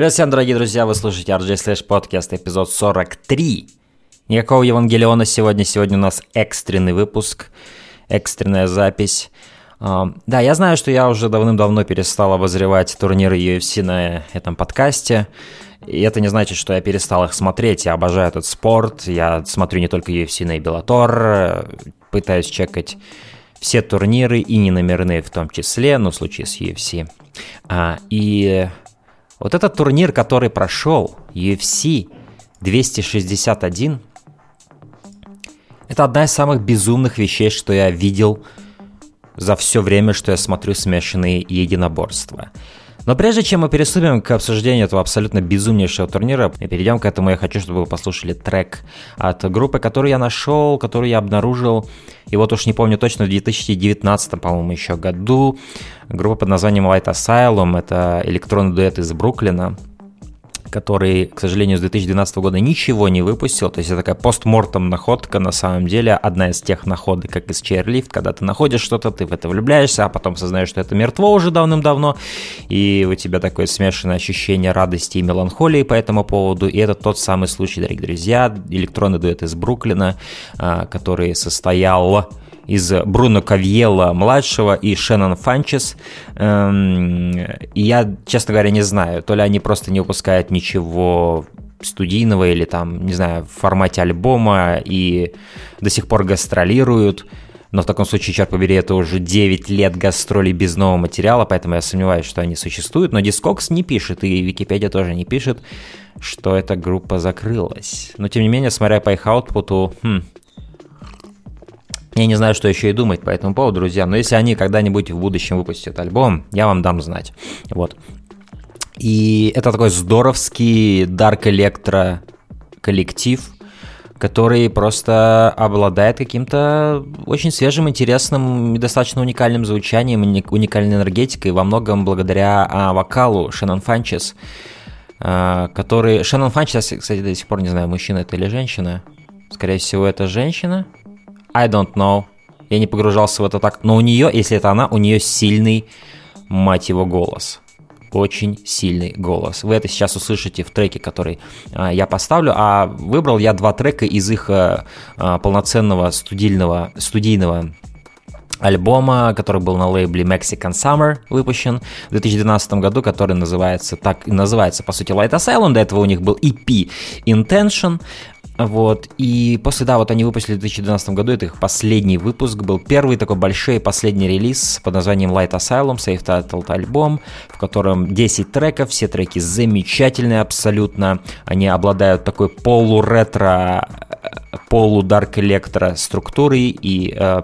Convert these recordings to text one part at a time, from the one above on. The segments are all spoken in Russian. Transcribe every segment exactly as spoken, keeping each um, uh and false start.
Привет всем, дорогие друзья, вы слушаете ар джей Slash Podcast, эпизод сорок три. Никакого Евангелиона сегодня, сегодня у нас экстренный выпуск, экстренная запись. Uh, да, я знаю, что я уже давным-давно перестал обозревать турниры ю эф си на этом подкасте, и это не значит, что я перестал их смотреть. Я обожаю этот спорт, я смотрю не только ю эф си, но и Bellator, пытаюсь чекать все турниры и неномерные в том числе, но в случае с ю эф си. Uh, и вот этот турнир, который прошел, ю эф си двести шестьдесят один, это одна из самых безумных вещей, что я видел за все время, что я смотрю смешанные единоборства. Но прежде чем мы приступим к обсуждению этого абсолютно безумнейшего турнира и перейдем к этому, я хочу, чтобы вы послушали трек от группы, которую я нашел, которую я обнаружил, и вот уж не помню точно, в две тысячи девятнадцатом, по-моему, еще году. Группа под названием Light Asylum, это электронный дуэт из Бруклина, который, к сожалению, с две тысячи двенадцатого года ничего не выпустил. То есть это такая постмортом находка, на самом деле, одна из тех находок, как из Chairlift, когда ты находишь что-то, ты в это влюбляешься, а потом сознаешь, что это мертво уже давным-давно, и у тебя такое смешанное ощущение радости и меланхолии по этому поводу. И это тот самый случай, дорогие друзья, электронный дуэт из Бруклина, который состоял из Бруно Кавьелла-младшего и Шеннон Фанчес. И я, честно говоря, не знаю, то ли они просто не выпускают ничего студийного или там, не знаю, в формате альбома и до сих пор гастролируют. Но в таком случае, черт побери, это уже девять лет гастролей без нового материала, поэтому я сомневаюсь, что они существуют. Но Discogs не пишет, и Википедия тоже не пишет, что эта группа закрылась. Но, тем не менее, смотря по их аутпуту, хм, я не знаю, что еще и думать по этому поводу, друзья, но если они когда-нибудь в будущем выпустят альбом, я вам дам знать. Вот. И это такой здоровский Dark Electro коллектив, который просто обладает каким-то очень свежим, интересным и достаточно уникальным звучанием, уникальной энергетикой, во многом благодаря а, вокалу Шеннон Фанчес, а, который... Шеннон Фанчес, кстати, до сих пор не знаю, мужчина это или женщина. Скорее всего, это женщина. I don't know. Я не погружался в это так. Но у нее, если это она, у нее сильный, мать его, голос. Очень сильный голос. Вы это сейчас услышите в треке, который а, я поставлю. А выбрал я два трека из их а, а, полноценного студийного, студийного альбома, который был на лейбле Mexican Summer выпущен в две тысячи двенадцатом году, который называется, так и называется, по сути, Light Asylum. До этого у них был и пи Intention. Вот, и после, да, вот они выпустили в две тысячи двенадцатом году, это их последний выпуск, был первый такой большой последний релиз под названием Light Asylum, self-titled альбом, в котором десять треков, все треки замечательные абсолютно, они обладают такой полуретро, полударк электро структурой и э,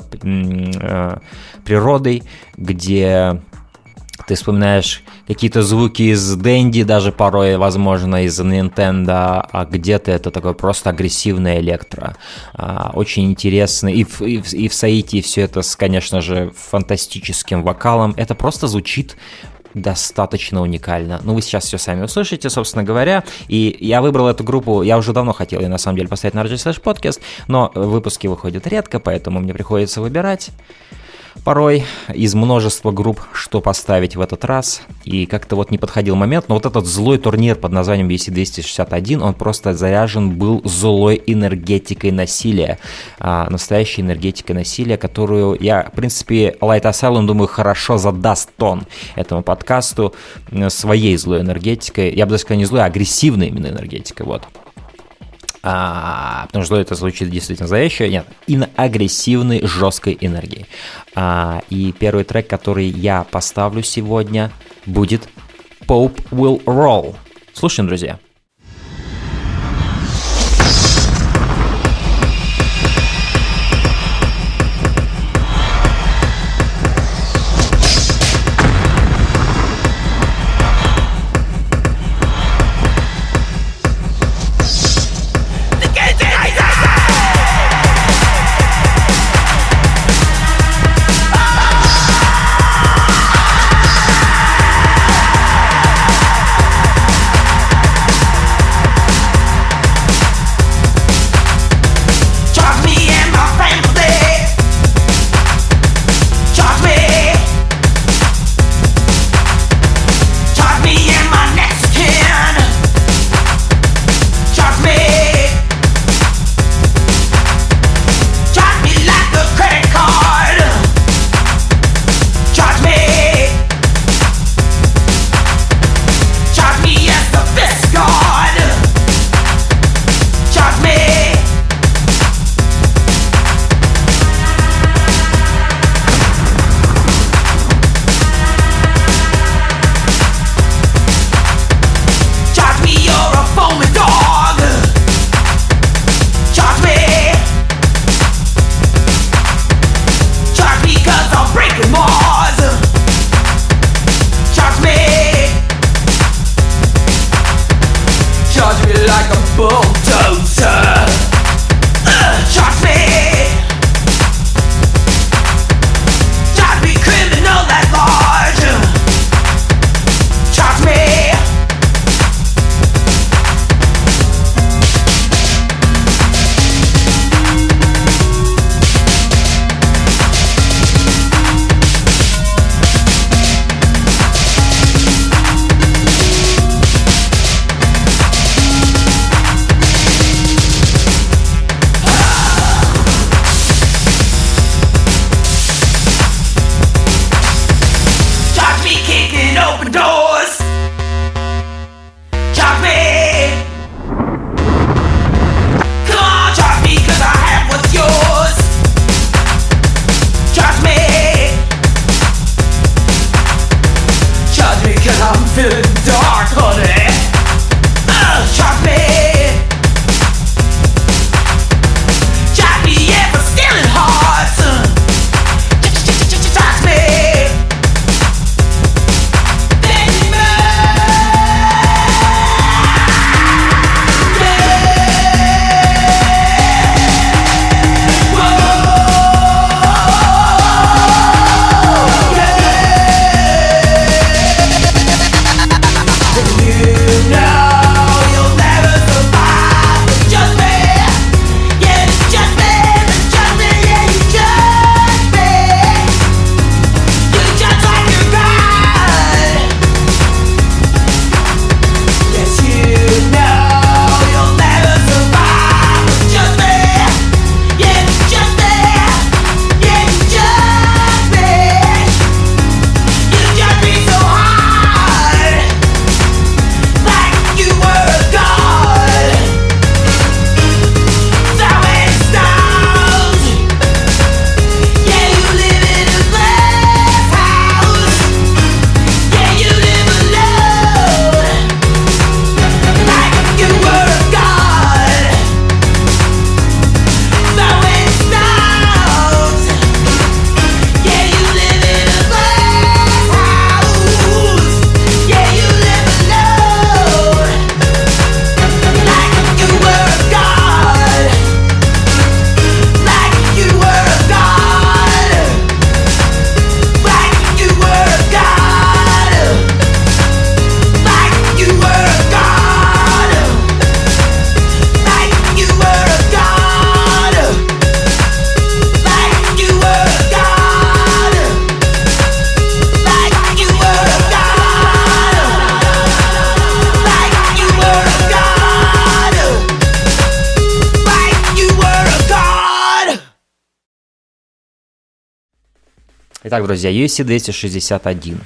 э, природой, где ты вспоминаешь какие-то звуки из Дэнди, даже порой, возможно, из Nintendo, а где-то это такое просто агрессивное электро. А, очень интересно. И в, и в, и в Саити все это, с, конечно же, фантастическим вокалом. Это просто звучит достаточно уникально. Ну, вы сейчас все сами услышите, собственно говоря. И я выбрал эту группу, я уже давно хотел ее, на самом деле, поставить на ар джей Slash Podcast, но выпуски выходят редко, поэтому мне приходится выбирать порой из множества групп, что поставить в этот раз, и как-то вот не подходил момент, но вот этот злой турнир под названием ю эф си двести шестьдесят один, он просто заряжен был злой энергетикой насилия, а, настоящей энергетикой насилия, которую я, в принципе, Light Asylum, думаю, хорошо задаст тон этому подкасту своей злой энергетикой, я бы даже сказал, не злой, а агрессивной именно энергетикой, вот. А, потому что это звучит действительно зловеще, нет, и на агрессивной, жесткой энергии. А, и первый трек, который я поставлю сегодня, будет Pope Will Roll. Слушаем, друзья. bulldozer. Uh, charge me. Charge me criminal at large. Charge me. Open doors. Charge me. Come on, charge me, cause I have what's yours. Charge me. Charge me, cause I'm feeling dark, honey. Uh, charge me. Charge me, yeah, for stealing hearts. Uh, charge me. Итак, друзья, ю эф си двести шестьдесят один.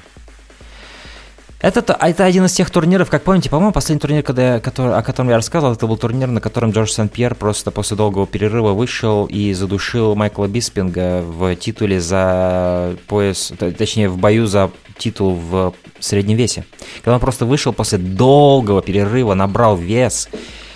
Это, это один из тех турниров, как помните, по-моему, последний турнир, когда я, который, о котором я рассказывал, это был турнир, на котором Джордж Сен-Пьер просто после долгого перерыва вышел и задушил Майкла Биспинга в титуле за пояс, точнее, в бою за титул в среднем весе. Когда он просто вышел после долгого перерыва, набрал вес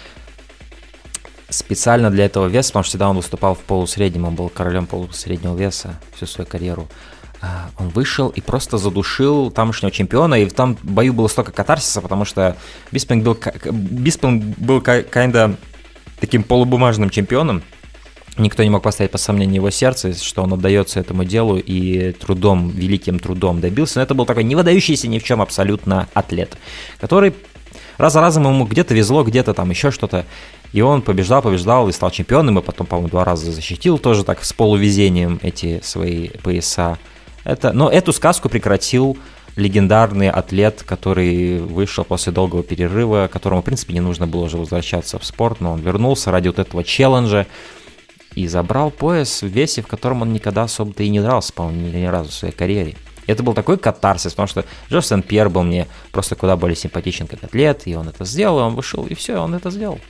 специально для этого веса, потому что всегда он выступал в полусреднем, он был королем полусреднего веса всю свою карьеру. Он вышел и просто задушил тамошнего чемпиона, и в том бою было столько катарсиса, потому что Биспинг был, Биспинг был kinda таким полубумажным чемпионом. Никто не мог поставить под сомнение его сердце, что он отдается этому делу и трудом, великим трудом добился. Но это был такой не выдающийся ни в чем абсолютно атлет, который раз за разом ему где-то везло, где-то там еще что-то. И он побеждал, побеждал и стал чемпионом, и потом, по-моему, два раза защитил тоже так с полувезением эти свои пояса. Это, но эту сказку прекратил легендарный атлет, который вышел после долгого перерыва, которому, в принципе, не нужно было уже возвращаться в спорт, но он вернулся ради вот этого челленджа и забрал пояс в весе, в котором он никогда особо-то и не дрался, по-моему, ни разу в своей карьере. И это был такой катарсис, потому что Джордж Сен-Пьер был мне просто куда более симпатичен как атлет, и он это сделал, и он вышел, и все, он это сделал.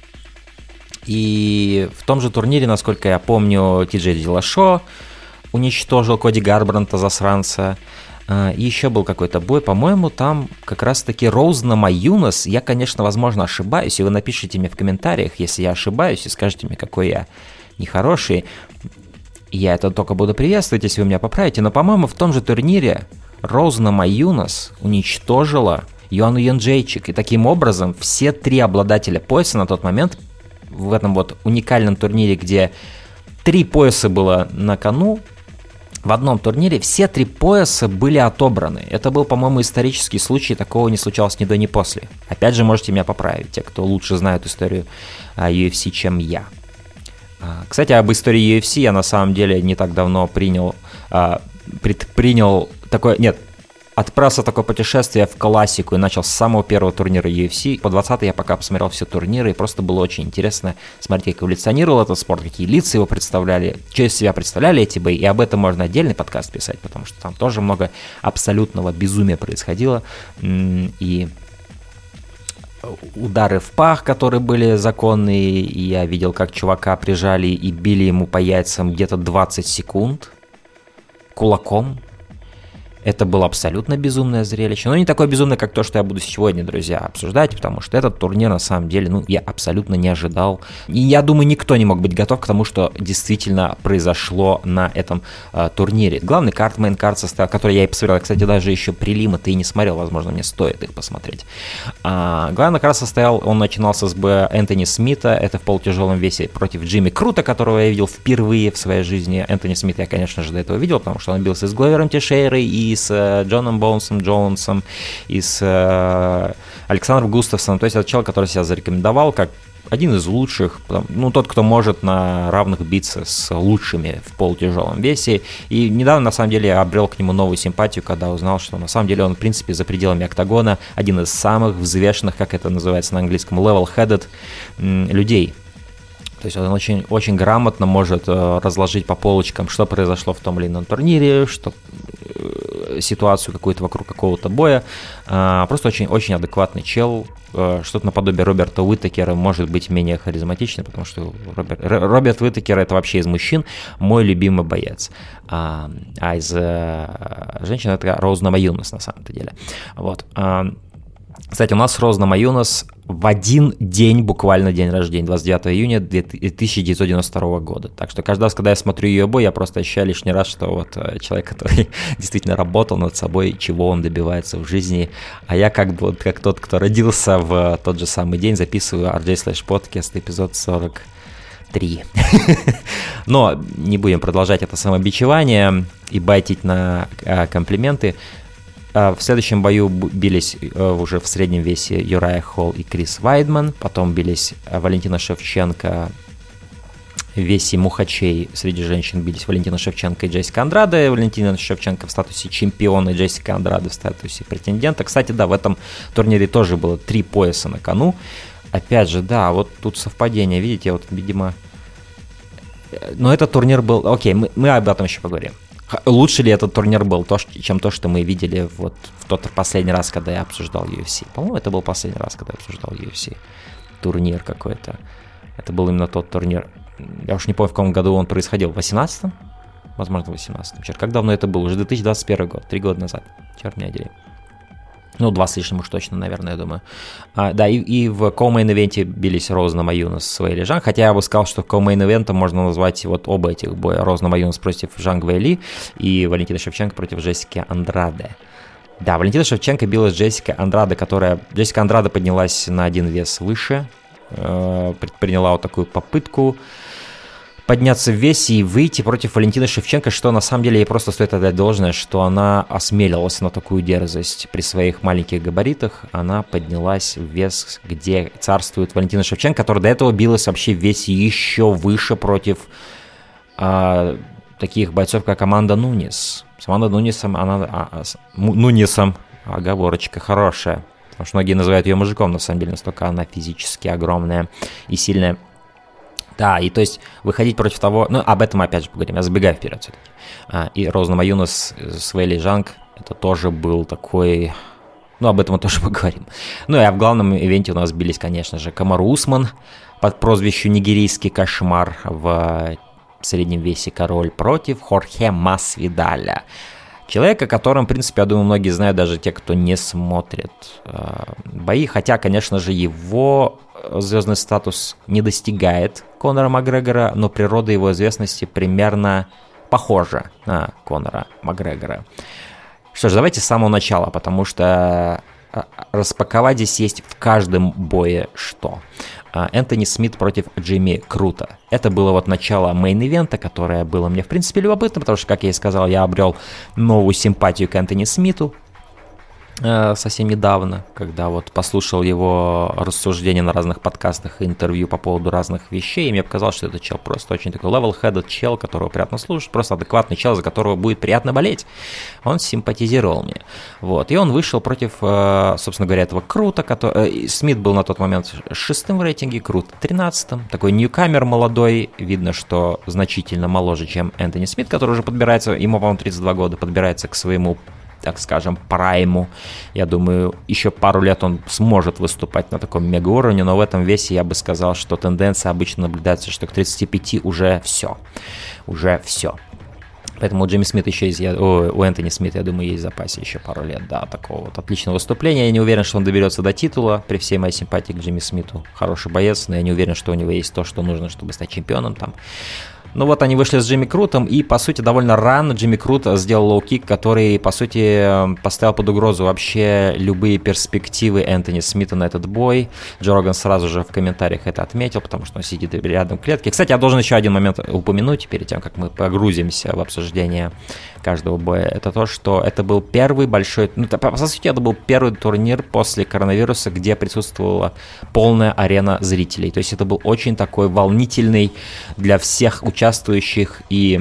И в том же турнире, насколько я помню, Ти Джей Дилашо уничтожил Коди Гарбранта, засранца. И еще был какой-то бой, по-моему, там как раз-таки Роуз на Маюнас. Я, конечно, возможно, ошибаюсь, и вы напишите мне в комментариях, если я ошибаюсь, и скажете мне, какой я нехороший. Я это только буду приветствовать, если вы меня поправите. Но, по-моему, в том же турнире Роуз на Маюнас уничтожила Юан Уенджейчик. И таким образом все три обладателя пояса на тот момент в этом вот уникальном турнире, где три пояса было на кону, в одном турнире все три пояса были отобраны. Это был, по-моему, исторический случай, такого не случалось ни до, ни после. Опять же, можете меня поправить, те, кто лучше знают историю ю эф си, чем я. Кстати, об истории ю эф си я на самом деле не так давно принял, предпринял такое, нет, отправился в такое путешествие в классику и начал с самого первого турнира ю эф си. По двадцатый я пока посмотрел все турниры, и просто было очень интересно смотреть, как эволюционировал этот спорт, какие лица его представляли, что из себя представляли эти бои, и об этом можно отдельный подкаст писать, потому что там тоже много абсолютного безумия происходило, и удары в пах, которые были законные, и я видел, как чувака прижали и били ему по яйцам где-то двадцать секунд кулаком. Это было абсолютно безумное зрелище, но не такое безумное, как то, что я буду сегодня, друзья, обсуждать, потому что этот турнир, на самом деле, ну, я абсолютно не ожидал. И я думаю, никто не мог быть готов к тому, что действительно произошло на этом э, турнире. Главный карт, мейн-карт состоял, который я и посмотрел, кстати, даже еще прилимы ты и не смотрел, возможно, мне стоит их посмотреть. А, главный карт состоял, он начинался с боя Энтони Смита, это в полутяжелом весе против Джимми Крута, которого я видел впервые в своей жизни. Энтони Смит я, конечно же, до этого видел, потому что он бился с Гловером Тейшейрой и с Джоном Боунсом Джонсом, и с э, Александром Густавсоном. То есть это человек, который себя зарекомендовал как один из лучших, ну, тот, кто может на равных биться с лучшими в полутяжелом весе. И недавно, на самом деле, я обрел к нему новую симпатию, когда узнал, что на самом деле он, в принципе, за пределами октагона один из самых взвешенных, как это называется на английском, level-headed людей. То есть он очень, очень грамотно может э, разложить по полочкам, что произошло в том или ином турнире, что, э, ситуацию какую-то вокруг какого-то боя. Э, просто очень, очень адекватный чел. Э, что-то наподобие Роберта Уитакера, может быть менее харизматичный, потому что Роберт, Роберт Уитакер — это вообще из мужчин мой любимый боец. А, а из э, женщин это Роуз Намаюнас на самом-то деле. Вот. Кстати, у нас с Роуз Намаюнас в один день, буквально день рождения, двадцать девятого июня тысяча девятьсот девяносто второго года. Так что каждый раз, когда я смотрю ее бой, я просто ощущаю лишний раз, что вот человек, который действительно работал над собой, чего он добивается в жизни, а я как бы вот как тот, кто родился в тот же самый день, записываю ар джей Slash Podcast, эпизод сорок три. Но не будем продолжать это самобичевание и байтить на комплименты. В следующем бою бились уже в среднем весе Юрайя Холл и Крис Вайдман. Потом бились Валентина Шевченко в весе мухачей. Среди женщин бились Валентина Шевченко и Джессика Андраде. Валентина Шевченко в статусе чемпиона, Джессика Андраде в статусе претендента. Кстати, да, в этом турнире тоже было три пояса на кону. Опять же, да, вот тут совпадение, видите, вот, видимо... Но этот турнир был... Окей, мы, мы об этом еще поговорим. Лучше ли этот турнир был, то, чем то, что мы видели вот в тот последний раз, когда я обсуждал ю эф си? По-моему, это был последний раз, когда я обсуждал ю эф си. Турнир какой-то. Это был именно тот турнир. Я уж не помню, в каком году он происходил. В восемнадцатом? Возможно, в восемнадцатом. Черт, как давно это было? Уже две тысячи двадцать первый год. Три года назад. Черт меня дери. Ну, два с лишним уж точно, наверное, я думаю. А, да, и, и в коу-мейн-ивенте бились Роуз Намаюнас с Вэйли Жанг, хотя я бы сказал, что коу-мейн-ивентом можно назвать вот оба этих боя. Роуз Намаюнас против Жанг Вэйли и Валентина Шевченко против Джессики Андраде. Да, Валентина Шевченко билась с Джессикой Андраде, которая... Джессика Андраде поднялась на один вес выше, э, предприняла вот такую попытку подняться в весе и выйти против Валентины Шевченко, что на самом деле ей просто стоит отдать должное, что она осмелилась на такую дерзость при своих маленьких габаритах. Она поднялась в вес, где царствует Валентина Шевченко, которая до этого билась вообще в весе еще выше против а, таких бойцов, как Аманда Нунес. С Амандой Нунесом, она, а, а, с, Нунесом, оговорочка хорошая, потому что многие называют ее мужиком, на самом деле настолько она физически огромная и сильная. Да, и то есть выходить против того... Ну, об этом опять же поговорим, я забегаю вперед все-таки. А, и Роуз Намаюнас с Вэйли Жанг, это тоже был такой... Ну, об этом мы тоже поговорим. Ну, и а в главном ивенте у нас бились, конечно же, Камару Усман под прозвищем «Нигерийский кошмар» в среднем весе король против Хорхе Масвидаля. Человека, о котором, в принципе, я думаю, многие знают, даже те, кто не смотрит э, бои. Хотя, конечно же, его звездный статус не достигает Конора Макгрегора, но природа его известности примерно похожа на Конора Макгрегора. Что ж, давайте с самого начала, потому что распаковать здесь есть в каждом бое что. Энтони Смит против Джимми Крута. Это было вот начало мейн-ивента, которое было мне, в принципе, любопытно, потому что, как я и сказал, я обрел новую симпатию к Энтони Смиту э, совсем недавно, когда вот послушал его рассуждения на разных подкастах и интервью по поводу разных вещей, и мне показалось, что этот чел просто очень такой level-headed чел, которого приятно слушать, просто адекватный чел, за которого будет приятно болеть. Он симпатизировал мне. Вот. И он вышел против, э, собственно говоря, этого Крута, который... э, Смит был на тот момент шестым в рейтинге, Крут тринадцатым. Такой ньюкамер молодой, видно, что значительно моложе, чем Энтони Смит, который уже подбирается, ему, по-моему, тридцать два года, подбирается к своему, так скажем, прайму. Я думаю, еще пару лет он сможет выступать на таком мега-уровне, но в этом весе я бы сказал, что тенденция обычно наблюдается, что к тридцати пяти уже все. Уже все. Поэтому у Джимми Смита еще есть, о, у Энтони Смита, я думаю, есть в запасе еще пару лет, да, такого вот отличного выступления. Я не уверен, что он доберется до титула, при всей моей симпатии к Джимми Смиту. Хороший боец, но я не уверен, что у него есть то, что нужно, чтобы стать чемпионом там. Ну вот они вышли с Джимми Крутом, и, по сути, довольно рано Джимми Крут сделал лоу-кик, который, по сути, поставил под угрозу вообще любые перспективы Энтони Смита на этот бой. Джо Роган сразу же в комментариях это отметил, потому что он сидит рядом в клетке. Кстати, я должен еще один момент упомянуть перед тем, как мы погрузимся в обсуждение каждого боя. Это то, что это был первый большой... Ну, по сути, это был первый турнир после коронавируса, где присутствовала полная арена зрителей. То есть это был очень такой волнительный для всех участвующих и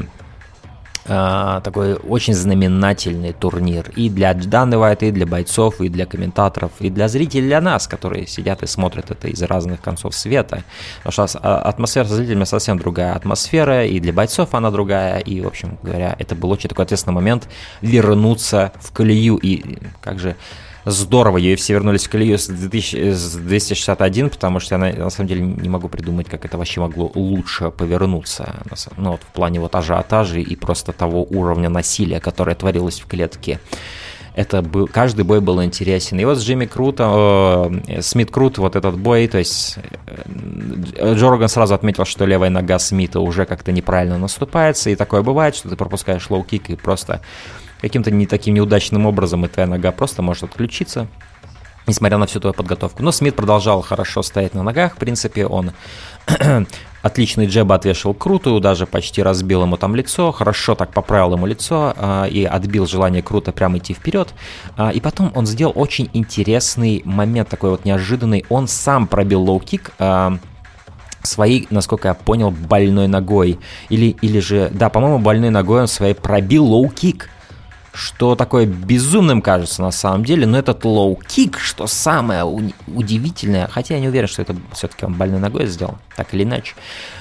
э, такой очень знаменательный турнир и для Даны Уайта, и для бойцов, и для комментаторов, и для зрителей, для нас, которые сидят и смотрят это из разных концов света. Потому что атмосфера со зрителями совсем другая атмосфера, и для бойцов она другая, и, в общем говоря, это был очень такой ответственный момент вернуться в колею, и как же здорово, ю эф си вернулись в колею с двести шестьдесят один, потому что я на, на самом деле не могу придумать, как это вообще могло лучше повернуться, ну, вот в плане вот ажиотажа и просто того уровня насилия, которое творилось в клетке. Это был, каждый бой был интересен. И вот с Джимми Крутом, э, Смит Крут, вот этот бой, то есть э, Джо Роган сразу отметил, что левая нога Смита уже как-то неправильно наступается, и такое бывает, что ты пропускаешь лоу-кик и просто каким-то не таким неудачным образом, и твоя нога просто может отключиться, несмотря на всю твою подготовку. Но Смит продолжал хорошо стоять на ногах, в принципе, он отличный джеб отвешивал Круту, даже почти разбил ему там лицо, хорошо так поправил ему лицо э, и отбил желание Крута прямо идти вперед. Э, и потом он сделал очень интересный момент, такой вот неожиданный, он сам пробил лоу-кик, э, своей, насколько я понял, больной ногой, или, или же, да, по-моему, больной ногой он своей пробил лоу-кик, что такое безумным кажется на самом деле, но этот лоу-кик, что самое у- удивительное, хотя я не уверен, что это все-таки он больной ногой сделал, так или иначе,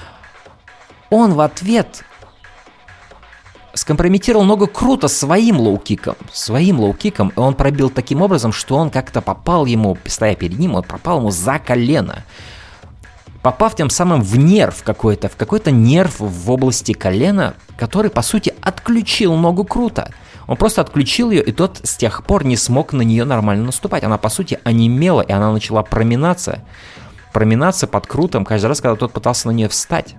он в ответ скомпрометировал ногу Крута своим лоу-киком, своим лоу-киком, и он пробил таким образом, что он как-то попал ему, стоя перед ним, он попал ему за колено, попав тем самым в нерв какой-то, в какой-то нерв в области колена, который, по сути, отключил ногу Крута. Он просто отключил ее, и тот с тех пор не смог на нее нормально наступать. Она, по сути, онемела, и она начала проминаться, проминаться под Крутом каждый раз, когда тот пытался на нее встать.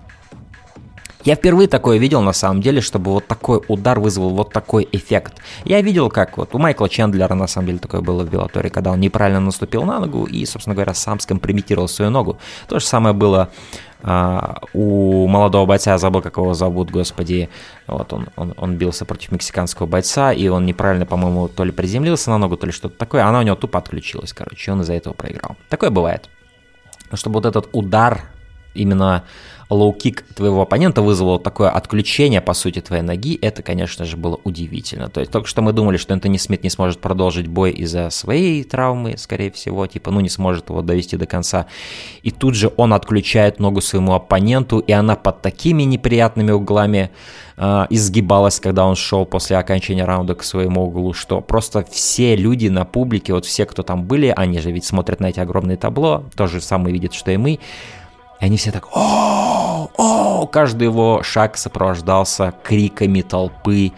Я впервые такое видел, на самом деле, чтобы вот такой удар вызвал вот такой эффект. Я видел, как вот у Майкла Чендлера, на самом деле, такое было в Беллаторе, когда он неправильно наступил на ногу и, собственно говоря, сам скомпрометировал свою ногу. То же самое было а, у молодого бойца, я забыл, как его зовут, господи. Вот он, он, он бился против мексиканского бойца, и он неправильно, по-моему, то ли приземлился на ногу, то ли что-то такое, а она у него тупо отключилась, короче, и он из-за этого проиграл. Такое бывает. Но чтобы вот этот удар, именно лоу-кик твоего оппонента вызвал такое отключение, по сути, твоей ноги, это, конечно же, было удивительно. То есть только что мы думали, что Энтони Смит не сможет продолжить бой из-за своей травмы, скорее всего, типа, ну, не сможет его довести до конца. И тут же он отключает ногу своему оппоненту, и она под такими неприятными углами э, изгибалась, когда он шел после окончания раунда к своему углу, что просто все люди на публике, вот все, кто там были, они же ведь смотрят на эти огромные табло, то же самое видят, что и мы, и они все так «О, о!» Каждый его шаг сопровождался криками толпы,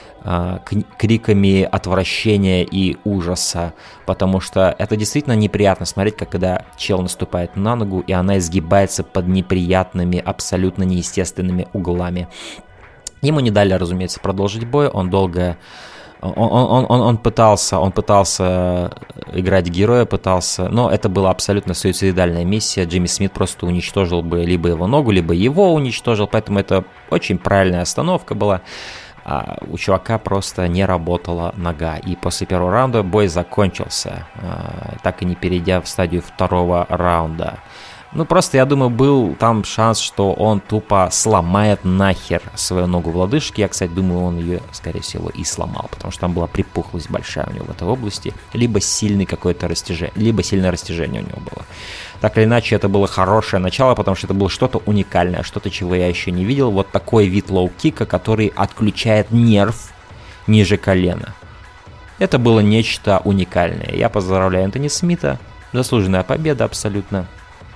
криками отвращения и ужаса, потому что это действительно неприятно смотреть, как когда чел наступает на ногу, и она изгибается под неприятными, абсолютно неестественными углами. Ему не дали, разумеется, продолжить бой, он долго... Он, он, он, он пытался, он пытался играть героя, пытался, но это была абсолютно суицидальная миссия. Джимми Смит просто уничтожил бы либо его ногу, либо его уничтожил, поэтому это очень правильная остановка была. А у чувака просто не работала нога, и после первого раунда бой закончился, так и не перейдя в стадию второго раунда. Ну, просто, я думаю, был там шанс, что он тупо сломает нахер свою ногу в лодыжке. Я, кстати, думаю, он ее, скорее всего, и сломал, потому что там была припухлость большая у него в этой области. Либо сильный какое-то растяжение, либо сильное растяжение у него было. Так или иначе, это было хорошее начало, потому что это было что-то уникальное, что-то, чего я еще не видел. Вот такой вид лоу-кика, который отключает нерв ниже колена. Это было нечто уникальное. Я поздравляю Энтони Смита. Заслуженная победа абсолютно.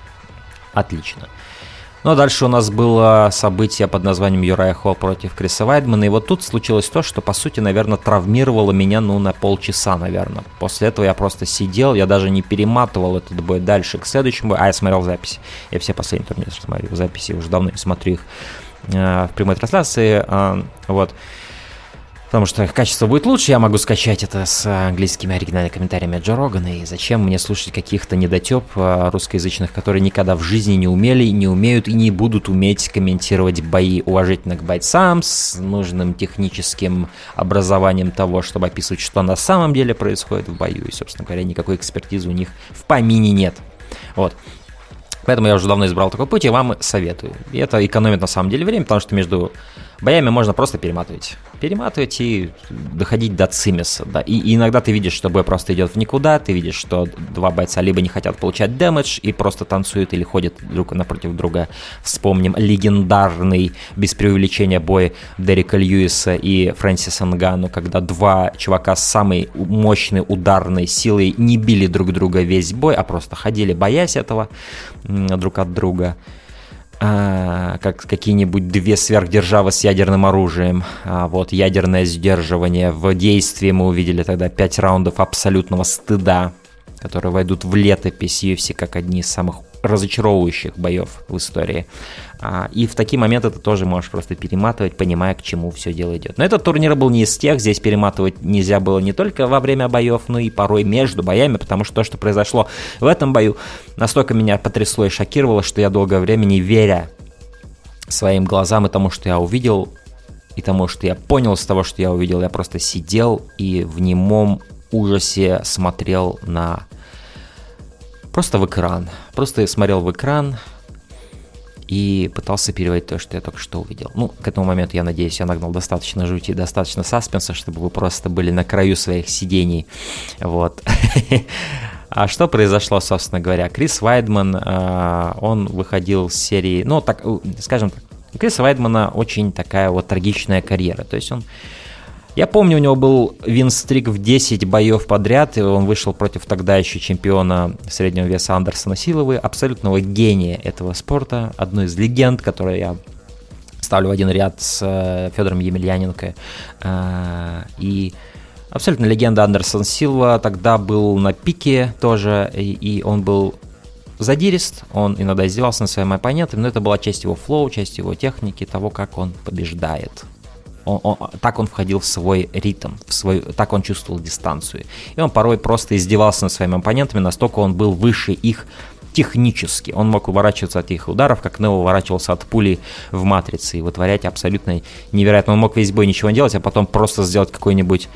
Отлично. Ну а дальше у нас было событие под названием Юрайя Холл против Криса Вайдмана. И вот тут случилось то, что, по сути, наверное, травмировало меня, ну, на полчаса, наверное. После этого я просто сидел, я даже не перематывал этот бой дальше к следующему бою. А, я смотрел записи. Я все последние турниры смотрю записи, уже давно не смотрю их э, в прямой трансляции. Э, вот. Потому что качество будет лучше, я могу скачать это с английскими оригинальными комментариями Джо Рогана, и зачем мне слушать каких-то недотеп русскоязычных, которые никогда в жизни не умели, не умеют и не будут уметь комментировать бои уважительно к бойцам, с нужным техническим образованием того, чтобы описывать, что на самом деле происходит в бою, и, собственно говоря, никакой экспертизы у них в помине нет. Вот. Поэтому я уже давно избрал такой путь, и вам советую. И это экономит на самом деле время, потому что между боями можно просто перематывать. Перематывать и доходить до цимиса. Да. И, и иногда ты видишь, что бой просто идет в никуда, ты видишь, что два бойца либо не хотят получать дэмэдж и просто танцуют или ходят друг напротив друга. Вспомним легендарный, без преувеличения, бой Дерека Льюиса и Фрэнсиса Нгану, когда два чувака с самой мощной ударной силой не били друг друга весь бой, а просто ходили, боясь этого друг от друга. А, как какие-нибудь две сверхдержавы с ядерным оружием. А, вот, ядерное сдерживание. В действии мы увидели тогда пять раундов абсолютного стыда, которые войдут в летопись ю эф си как одни из самых разочаровывающих боев в истории. А, и в такие моменты ты тоже можешь просто перематывать, понимая, к чему все дело идет. Но этот турнир был не из тех, здесь перематывать нельзя было не только во время боев, но и порой между боями, потому что то, что произошло в этом бою, настолько меня потрясло и шокировало, что я долгое время, не веря своим глазам и тому, что я увидел, и тому, что я понял с того, что я увидел, я просто сидел и в немом ужасе смотрел на... Просто в экран. Просто смотрел в экран и пытался переварить то, что я только что увидел. Ну, к этому моменту, я надеюсь, я нагнал достаточно жути и достаточно саспенса, чтобы вы просто были на краю своих сидений. Вот. А что произошло, собственно говоря? Крис Вайдман, он выходил с серии... Ну, так, скажем так, у Криса Вайдмана очень такая вот трагичная карьера. То есть он... Я помню, у него был вин-стрик в десять боев подряд, и он вышел против тогда еще чемпиона среднего веса Андерсона Силовы, абсолютного гения этого спорта, одной из легенд, которую я ставлю в один ряд с Федором Емельяненко. И абсолютно легенда Андерсон Силва тогда был на пике тоже, и он был задирист, он иногда издевался над своим оппонентом, но это была часть его флоу, часть его техники, того, как он побеждает. Он, он, так он входил в свой ритм, в свой, так он чувствовал дистанцию. И он порой просто издевался над своими оппонентами, настолько он был выше их технически. Он мог уворачиваться от их ударов, как Нео уворачивался от пули в «Матрице», и вытворять абсолютно невероятно. Он мог весь бой ничего не делать, а потом просто сделать какой-нибудь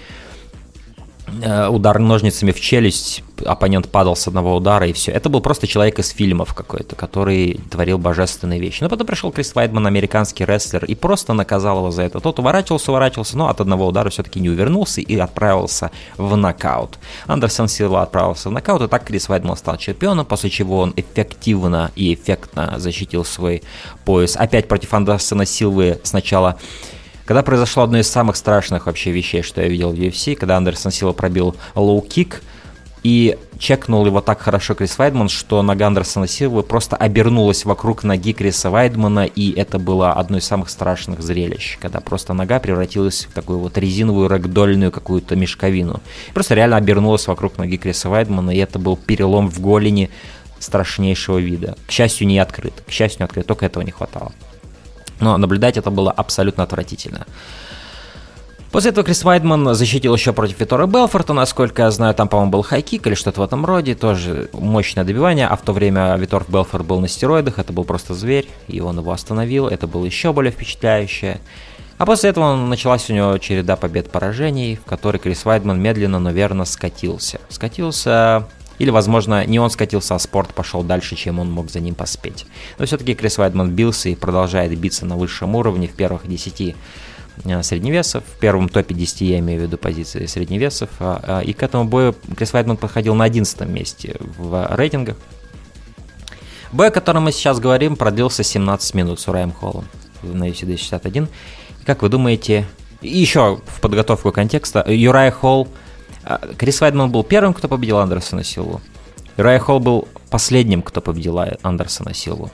удар ножницами в челюсть, оппонент падал с одного удара, и все. Это был просто человек из фильмов какой-то, который творил божественные вещи. Но потом пришел Крис Вайдман, американский рестлер, и просто наказал его за это. Тот уворачивался, уворачивался, но от одного удара все-таки не увернулся и отправился в нокаут. Андерсон Силва отправился в нокаут, и так Крис Вайдман стал чемпионом, после чего он эффективно и эффектно защитил свой пояс. Опять против Андерсона Силвы сначала... Когда произошло одно из самых страшных вообще вещей, что я видел в ю эф си, когда Андерсон Силва пробил лоу-кик и чекнул его так хорошо Крис Вайдман, что нога Андерсона Силвы просто обернулась вокруг ноги Криса Вайдмана, и это было одно из самых страшных зрелищ, когда просто нога превратилась в такую вот резиновую рэгдольную какую-то мешковину. Просто реально обернулась вокруг ноги Криса Вайдмана, и это был перелом в голени страшнейшего вида. К счастью, не открыт. К счастью, не открыт. Только этого не хватало. Но наблюдать это было абсолютно отвратительно. После этого Крис Вайдман защитил еще против Витора Белфорта, насколько я знаю, там, по-моему, был хайкик или что-то в этом роде, тоже мощное добивание, а в то время Витор Белфорт был на стероидах, это был просто зверь, и он его остановил, это было еще более впечатляюще. А после этого началась у него череда побед-поражений, в которой Крис Вайдман медленно, но верно скатился. Скатился, или, возможно, не он скатился, а спорт пошел дальше, чем он мог за ним поспеть. Но все-таки Крис Вайдман бился и продолжает биться на высшем уровне в первых десяти средневесов, в первом топе десяти я имею в виду позиции средневесов, и к этому бою Крис Вайдман подходил на одиннадцатом месте в рейтингах. Бой, о котором мы сейчас говорим, продлился семнадцать минут с Ураем Холлом на ю эф си двести шестьдесят один. И как вы думаете, и еще в подготовку контекста, Юрай Холл, Крис Вайдман был первым, кто победил Андерсона Силву. Юрай Холл был последним, кто победил Андерсона Силву.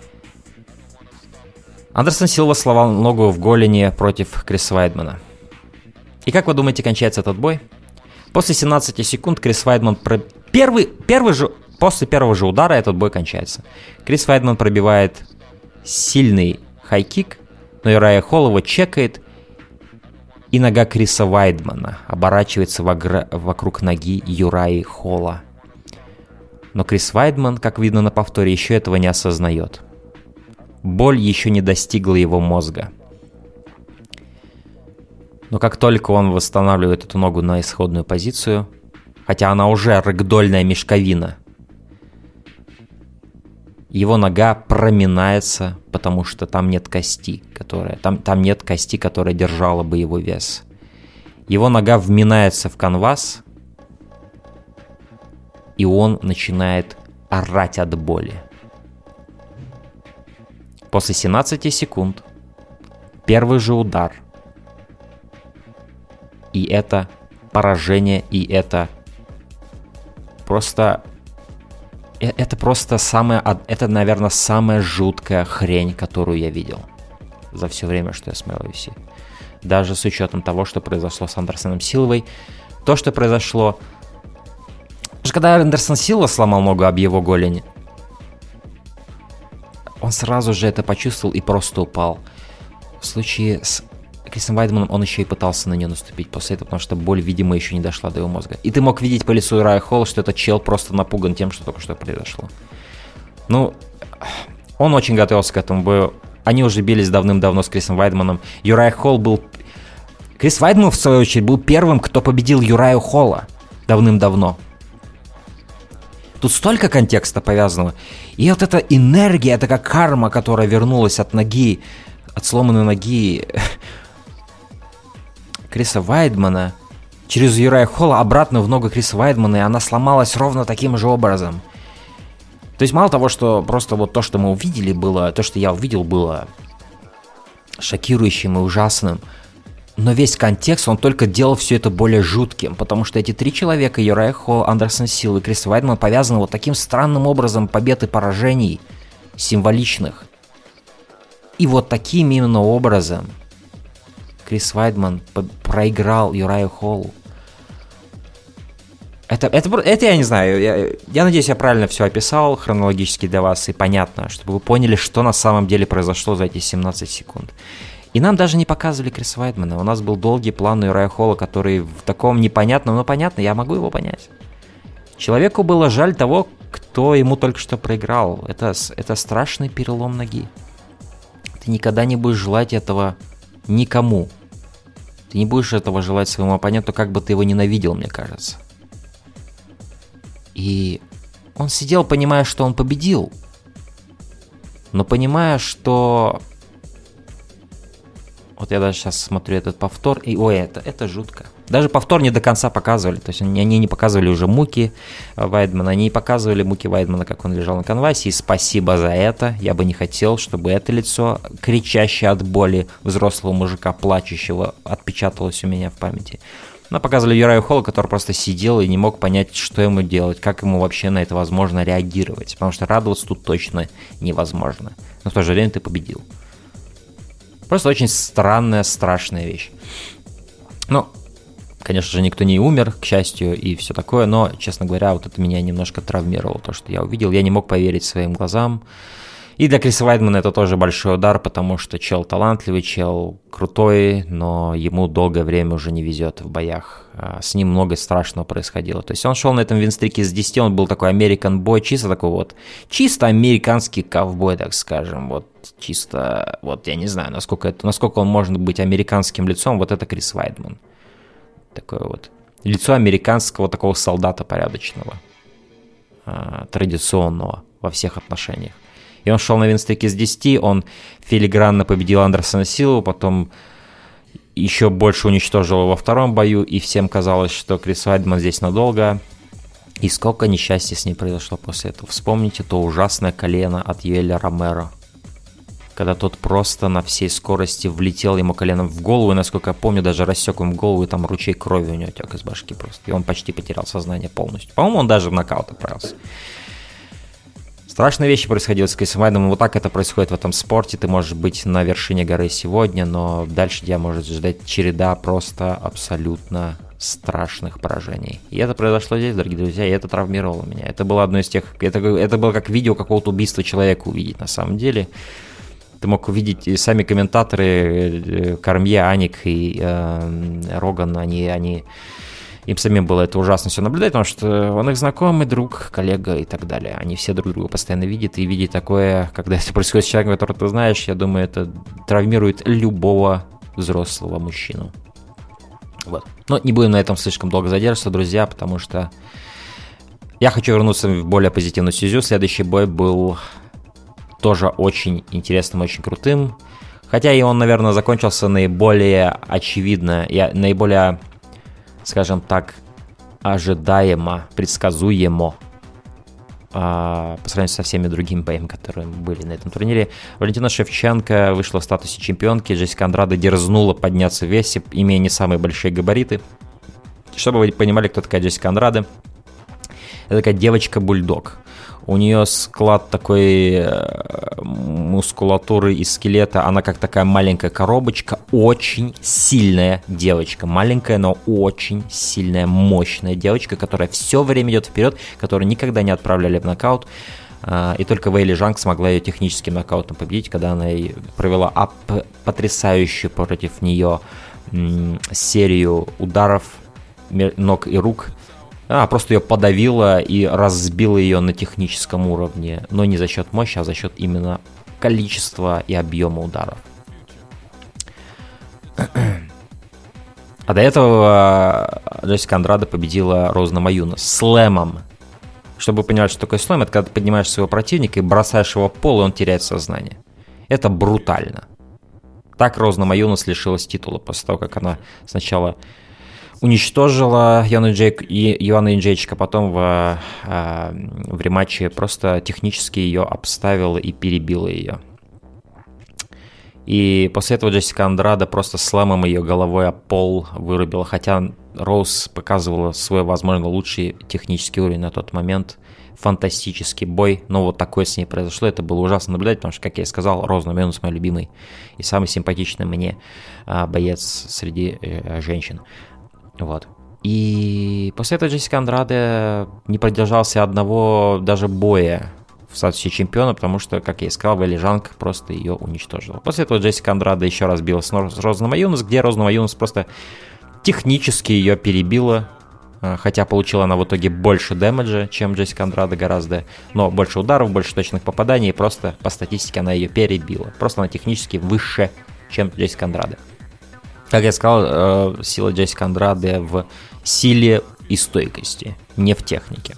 Андерсон Силва сломал ногу в голени против Криса Вайдмана. И как вы думаете, кончается этот бой? После семнадцати секунд Крис Вайдман... Про... Первый, первый же... После первого же удара этот бой кончается. Крис Вайдман пробивает сильный хайкик, но Юрай Холл его чекает, и нога Криса Вайдмана оборачивается вогр... вокруг ноги Юраи Холла. Но Крис Вайдман, как видно на повторе, еще этого не осознает. Боль еще не достигла его мозга. Но как только он восстанавливает эту ногу на исходную позицию, хотя она уже рэгдольная мешковина, его нога проминается, потому что там нет кости, которая, там, там нет кости, которая держала бы его вес. Его нога вминается в канвас, и он начинает орать от боли. После семнадцати секунд первый же удар, и это поражение, и это просто, это просто самое, это, наверное, самая жуткая хрень, которую я видел за все время, что я смотрел ю эф си. Даже с учетом того, что произошло с Андерсоном Силвой, то, что произошло, когда Андерсон Силва сломал ногу об его голень, он сразу же это почувствовал и просто упал. В случае с Крисом Вайдманом он еще и пытался на нее наступить после этого, потому что боль, видимо, еще не дошла до его мозга. И ты мог видеть по лицу Юрая Холла, что этот чел просто напуган тем, что только что произошло. Ну, он очень готовился к этому бою. Они уже бились давным-давно с Крисом Вайдманом. Юрай Холл был... Крис Вайдман, в свою очередь, был первым, кто победил Юрая Холла давным-давно. Тут столько контекста повязанного. И вот эта энергия, это как карма, которая вернулась от ноги, от сломанной ноги Криса Вайдмана через Юрая Холла обратно в ногу Криса Вайдмана, и она сломалась ровно таким же образом. То есть мало того, что просто вот то, что мы увидели, было, то, что я увидел, было шокирующим и ужасным, но весь контекст, он только делал все это более жутким, потому что эти три человека, Юрай Холл, Андерсон Силва и Крис Вайдман, повязаны вот таким странным образом побед и поражений символичных. И вот таким именно образом Крис Вайдман проиграл Юраю Холлу. Это, это, это я не знаю, я, я надеюсь, я правильно все описал хронологически для вас и понятно, чтобы вы поняли, что на самом деле произошло за эти семнадцать секунд. И нам даже не показывали Криса Вайдмана. У нас был долгий план на Юрая Холла, который в таком непонятном, но понятно, я могу его понять. Человеку было жаль того, кто ему только что проиграл. Это, это страшный перелом ноги. Ты никогда не будешь желать этого никому. Ты не будешь этого желать своему оппоненту, как бы ты его ненавидел, мне кажется. И он сидел, понимая, что он победил. Но понимая, что... Вот я даже сейчас смотрю этот повтор, и ой, это, это жутко. Даже повтор не до конца показывали, то есть они, они не показывали уже муки Вайдмана, они не показывали муки Вайдмана, как он лежал на канвасе, и спасибо за это. Я бы не хотел, чтобы это лицо, кричащее от боли взрослого мужика, плачущего, отпечаталось у меня в памяти. Но показывали Юрая Холла, который просто сидел и не мог понять, что ему делать, как ему вообще на это возможно реагировать, потому что радоваться тут точно невозможно. Но в то же время ты победил. Просто очень странная, страшная вещь. Ну, конечно же, никто не умер, к счастью, и все такое, но, честно говоря, вот это меня немножко травмировало, то, что я увидел. Я не мог поверить своим глазам. И для Криса Вайдмана это тоже большой удар, потому что чел талантливый, чел крутой, но ему долгое время уже не везет в боях. С ним много страшного происходило. То есть он шел на этом винстрике с десяти, он был такой American boy, чисто такой вот, чисто американский ковбой, так скажем. Вот чисто, вот я не знаю, насколько, это, насколько он может быть американским лицом, вот это Крис Вайдман. Такое вот лицо американского такого солдата порядочного, традиционного во всех отношениях. И он шел на винстрике с десяти, он филигранно победил Андерсона Силву, потом еще больше уничтожил его во втором бою, и всем казалось, что Крис Вайдман здесь надолго. И сколько несчастья с ним произошло после этого. Вспомните то ужасное колено от Юэля Ромеро, когда тот просто на всей скорости влетел ему коленом в голову, и, насколько я помню, даже рассек ему голову, и там ручей крови у него тек из башки просто. И он почти потерял сознание полностью. По-моему, он даже в нокаут отправился. Страшные вещи происходили с Крисом Вайдманом. Вот так это происходит в этом спорте. Ты можешь быть на вершине горы сегодня, но дальше тебя может ждать череда просто абсолютно страшных поражений. И это произошло здесь, дорогие друзья, и это травмировало меня. Это было одно из тех... Это, это было как видео какого-то убийства человека увидеть на самом деле. Ты мог увидеть, и сами комментаторы, Кормье, Аник и э, Роган, они... они им самим было это ужасно все наблюдать, потому что он их знакомый, друг, коллега и так далее. Они все друг друга постоянно видят, и видеть такое, когда это происходит с человеком, которого ты знаешь, я думаю, это травмирует любого взрослого мужчину. Вот. Но не будем на этом слишком долго задерживаться, друзья, потому что я хочу вернуться в более позитивную стезю. Следующий бой был тоже очень интересным, очень крутым. Хотя и он, наверное, закончился наиболее очевидно, и наиболее... скажем так, ожидаемо, предсказуемо а, по сравнению со всеми другими боями, которые были на этом турнире. Валентина Шевченко вышла в статусе чемпионки, Джессика Андраде дерзнула подняться в весе, имея не самые большие габариты. Чтобы вы понимали, кто такая Джессика Андраде, это такая девочка-бульдог. У нее склад такой мускулатуры и скелета, она как такая маленькая коробочка, очень сильная девочка, маленькая, но очень сильная, мощная девочка, которая все время идет вперед, которую никогда не отправляли в нокаут, и только Вэйли Жанг смогла ее техническим нокаутом победить, когда она провела ап- потрясающую против нее серию ударов ног и рук. Она просто ее подавила и разбила ее на техническом уровне, но не за счет мощи, а за счет именно количества и объема ударов. А до этого Джессика Андраде победила Роуз Намаюнас слэмом. Чтобы вы понимали, что такое слэм, это когда ты поднимаешь своего противника и бросаешь его в пол, и он теряет сознание. Это брутально. Так Роуз Намаюнас лишилась титула после того, как она сначала... уничтожила Йоанну Джейчика, потом в, в рематче просто технически ее обставила и перебила ее. И после этого Джессика Андраде просто слэмом ее головой о пол вырубила, хотя Роуз показывала свой, возможно, лучший технический уровень на тот момент. Фантастический бой, но вот такое с ней произошло, это было ужасно наблюдать, потому что, как я и сказал, Роуз Намаюнас мой любимый и самый симпатичный мне боец среди женщин. Вот. И после этого Джессика Андраде не продержался одного даже боя в статусе чемпиона, потому что, как я и сказал, Вэйли Жанг просто ее уничтожила. После этого Джессика Андраде еще раз билась с Роуз Намаюнас, где Роуз Намаюнас просто технически ее перебила, хотя получила она в итоге больше дэмэджа, чем Джессика Андраде гораздо, но больше ударов, больше точных попаданий, и просто по статистике она ее перебила. Просто она технически выше, чем Джессика Андраде. Как я сказал, сила Джессика Андраде в силе и стойкости, не в технике.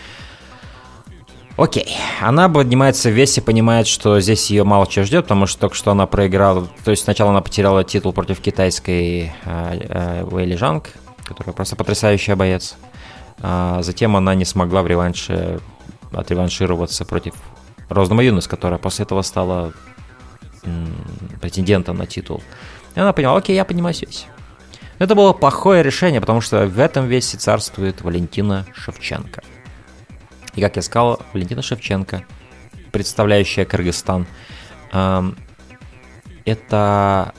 Окей, она поднимается в весе, понимает, что здесь ее мало чего ждет, потому что только что она проиграла, то есть сначала она потеряла титул против китайской Вэйли Жанг, которая просто потрясающая боец. А затем она не смогла в реванше отреваншироваться против Роуз Намаюнас, которая после этого стала м- претендентом на титул. И она поняла, окей, я поднимаюсь в весе. Это было плохое решение, потому что в этом весе царствует Валентина Шевченко. И, как я сказал, Валентина Шевченко, представляющая Кыргызстан, эм, это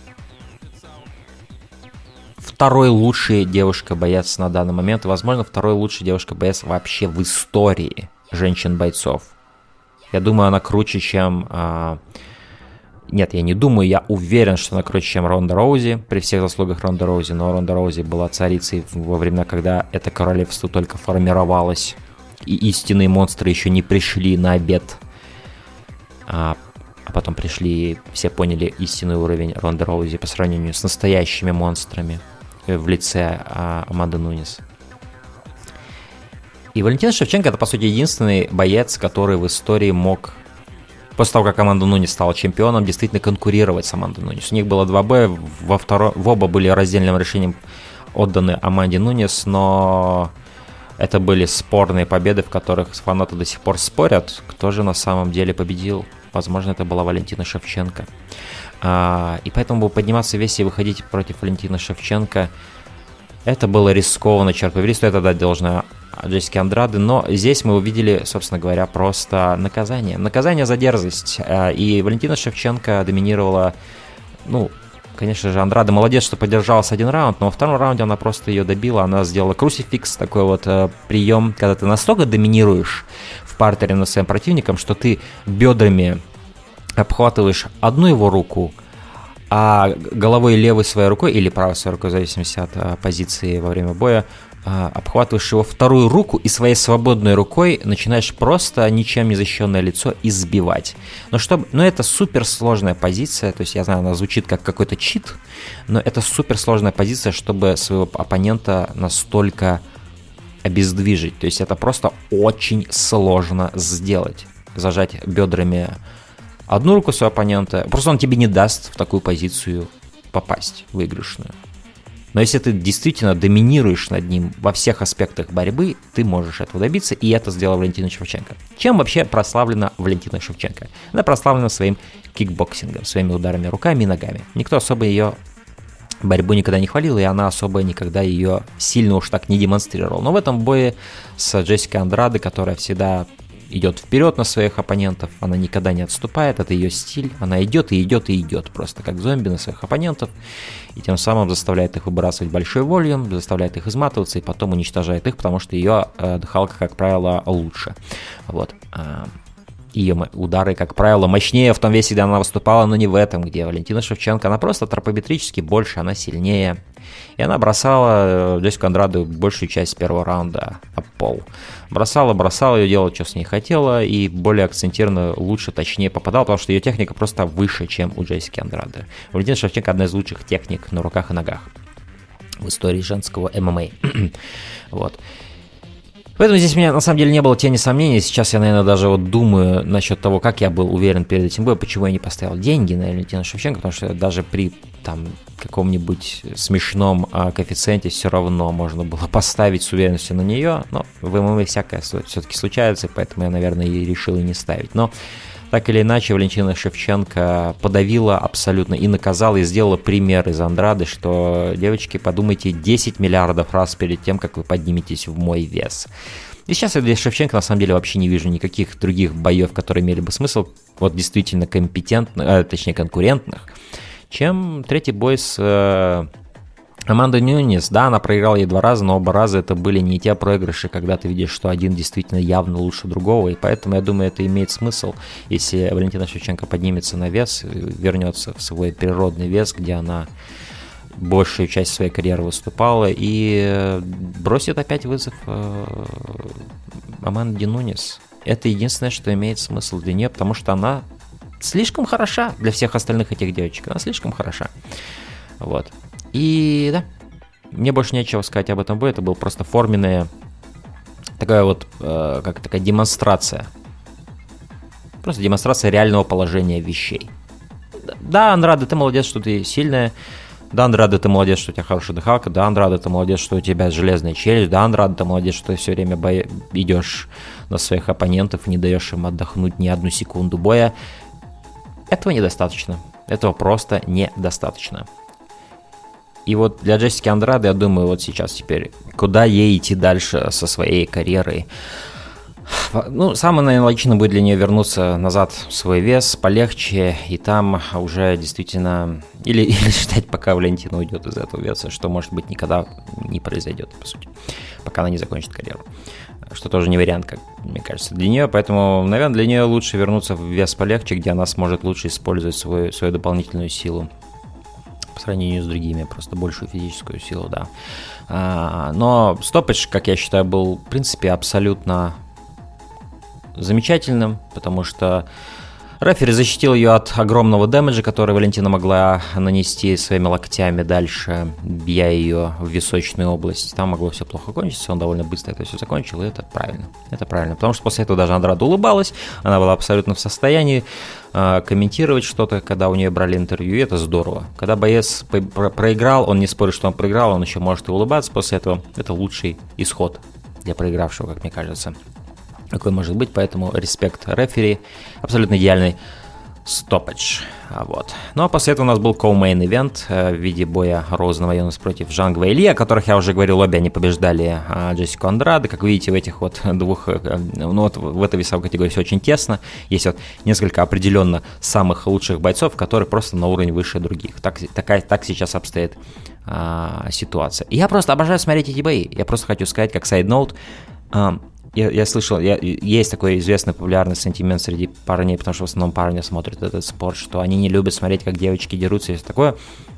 второй лучший девушка-боец на данный момент, возможно, второй лучший девушка-боец вообще в истории женщин-бойцов. Я думаю, она круче, чем... А... Нет, я не думаю, я уверен, что она круче, чем Ронда Роузи, при всех заслугах Ронда Роузи, но Ронда Роузи была царицей во времена, когда это королевство только формировалось, и истинные монстры еще не пришли на обед. А, а потом пришли, все поняли истинный уровень Ронды Роузи по сравнению с настоящими монстрами в лице а, Аманды Нунес. И Валентина Шевченко — это, по сути, единственный боец, который в истории мог, после того, как Аманда Нунес стала чемпионом, действительно конкурировать с Амандой Нунес. У них было два боя, во второ... в оба были раздельным решением отданы Аманде Нунес, но это были спорные победы, в которых фанаты до сих пор спорят, кто же на самом деле победил. Возможно, это была Валентина Шевченко. А, и поэтому подниматься в весе и выходить против Валентины Шевченко, это было рискованно, черт побери, стоит отдать должное Джессике Андраде, но здесь мы увидели, собственно говоря, просто наказание. Наказание за дерзость. И Валентина Шевченко доминировала, ну, конечно же, Андраде молодец, что поддержалась один раунд, но во втором раунде она просто ее добила, она сделала крусификс, такой вот э, прием, когда ты настолько доминируешь в партере над своим противником, что ты бедрами обхватываешь одну его руку, а головой левой своей рукой или правой своей рукой, в зависимости от а, позиции во время боя, а, обхватываешь его вторую руку и своей свободной рукой начинаешь просто ничем не защищенное лицо избивать. Но, чтобы, но это суперсложная позиция, то есть я знаю, она звучит как какой-то чит, но это суперсложная позиция, чтобы своего оппонента настолько обездвижить. То есть это просто очень сложно сделать. Зажать бедрами одну руку своего оппонента, просто он тебе не даст в такую позицию попасть, выигрышную. Но если ты действительно доминируешь над ним во всех аспектах борьбы, ты можешь этого добиться, и это сделала Валентина Шевченко. Чем вообще прославлена Валентина Шевченко? Она прославлена своим кикбоксингом, своими ударами руками и ногами. Никто особо ее борьбу никогда не хвалил, и она особо никогда ее сильно уж так не демонстрировала. Но в этом бое с Джессикой Андраде, которая всегда идет вперед на своих оппонентов, она никогда не отступает, это ее стиль, она идет и идет и идет, просто как зомби на своих оппонентов, и тем самым заставляет их выбрасывать большой волюм, заставляет их изматываться и потом уничтожает их, потому что ее э, дыхалка, как правило, лучше. Вот. Ее удары, как правило, мощнее в том весе, где она выступала, но не в этом, где Валентина Шевченко, она просто тропометрически больше, она сильнее. И она бросала Джессику Андраде большую часть первого раунда об пол. Бросала, бросала, ее делала, что с ней хотела, и более акцентированно, лучше, точнее попадала, потому что ее техника просто выше, чем у Джессики Андраде. Валентина Шевченко одна из лучших техник на руках и ногах в истории женского эм эм а. Вот. Поэтому здесь у меня на самом деле не было тени сомнений. Сейчас я, наверное, даже вот думаю насчет того, как я был уверен перед этим боем, почему я не поставил деньги на Валентину Шевченко, потому что даже при там каком-нибудь смешном а, коэффициенте все равно можно было поставить с уверенностью на нее, но в эм эм а всякое все-таки случается, поэтому я, наверное, и решил и не ставить. Но так или иначе, Валентина Шевченко подавила абсолютно и наказала, и сделала пример из Андрады, что, девочки, подумайте десять миллиардов раз перед тем, как вы подниметесь в мой вес. И сейчас я для Шевченко на самом деле вообще не вижу никаких других боев, которые имели бы смысл, вот действительно компетентных, а, точнее конкурентных, чем третий бой с э, Амандой Нунес. Да, она проиграла ей два раза, но оба раза это были не те проигрыши, когда ты видишь, что один действительно явно лучше другого, и поэтому, я думаю, это имеет смысл, если Валентина Шевченко поднимется на вес, вернется в свой природный вес, где она большую часть своей карьеры выступала, и бросит опять вызов э, Аманде Нунес. Это единственное, что имеет смысл для нее, потому что она слишком хороша для всех остальных этих девочек, она слишком хороша. Вот. И да, мне больше нечего сказать об этом бою, это была просто форменная такая вот, э, как такая демонстрация. Просто демонстрация реального положения вещей. Да, Андраде, ты молодец, что ты сильная. Да, Андраде, ты молодец, что у тебя хорошая дыхалка. Да, Андраде, ты молодец, что у тебя железная челюсть. Да, Андраде, ты молодец, что ты все время бо... идешь на своих оппонентов и не даешь им отдохнуть ни одну секунду боя. Этого недостаточно. Этого просто недостаточно. И вот для Джессики Андраде, я думаю, вот сейчас теперь, куда ей идти дальше со своей карьерой? Ну, самое, наверное, логично будет для нее вернуться назад в свой вес, полегче, и там уже действительно... Или, или ждать, пока Валентина уйдет из этого веса, что, может быть, никогда не произойдет, по сути, пока она не закончит карьеру. что тоже не вариант, как мне кажется, для нее. Поэтому, наверное, для нее лучше вернуться в вес полегче, где она сможет лучше использовать свою, свою дополнительную силу по сравнению с другими, просто большую физическую силу, да. А, но стоппидж, как я считаю, был, в принципе, абсолютно замечательным, потому что рефери защитил ее от огромного дэмэджа, который Валентина могла нанести своими локтями дальше, бья ее в височную область. Там могло все плохо кончиться, он довольно быстро это все закончил, и это правильно. Это правильно, потому что после этого даже Андрада улыбалась, она была абсолютно в состоянии э, комментировать что-то, когда у нее брали интервью, и это здорово. Когда боец по- проиграл, он не спорит, что он проиграл, он еще может и улыбаться после этого. Это лучший исход для проигравшего, как мне кажется. Какой может быть, поэтому респект рефери, абсолютно идеальный стоппидж. Вот. Ну а после этого у нас был co-main event э, в виде боя Роза Намаюнас против Жанг Вэй Ли, о которых я уже говорил, обе они побеждали э, Джессику Андраде. Как видите, в этих вот двух, э, ну вот в этой весовой категории все очень тесно. Есть вот несколько определенно самых лучших бойцов, которые просто на уровень выше других. Так, такая, так сейчас обстоит э, ситуация. И я просто обожаю смотреть эти бои. Я просто хочу сказать, как сайд-ноут, э, Я, я слышал, я, есть такой известный популярный сентимент среди парней, потому что в основном парни смотрят этот спорт, что они не любят смотреть, как девочки дерутся и все такое.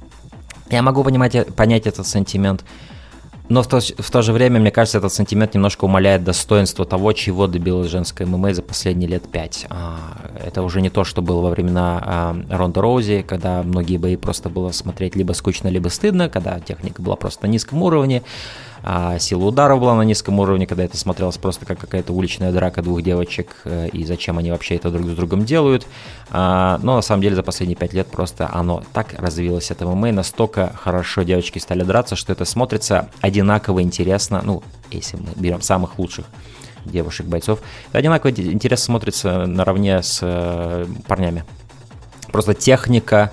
Я могу понимать, понять этот сентимент, но в то, в то же время, мне кажется, этот сентимент немножко умаляет достоинство того, чего добилась женская ММА за последние лет пять. Это уже не то, что было во времена Ронда Роузи, когда многие бои просто было смотреть либо скучно, либо стыдно, когда техника была просто на низком уровне, а сила удара была на низком уровне, когда это смотрелось просто как какая-то уличная драка двух девочек, и зачем они вообще это друг с другом делают. Но на самом деле за последние пять лет просто оно так развилось, это ММА, настолько хорошо девочки стали драться, что это смотрится одинаково интересно, ну, если мы берем самых лучших девушек-бойцов, одинаково интересно смотрится наравне с парнями. Просто техника,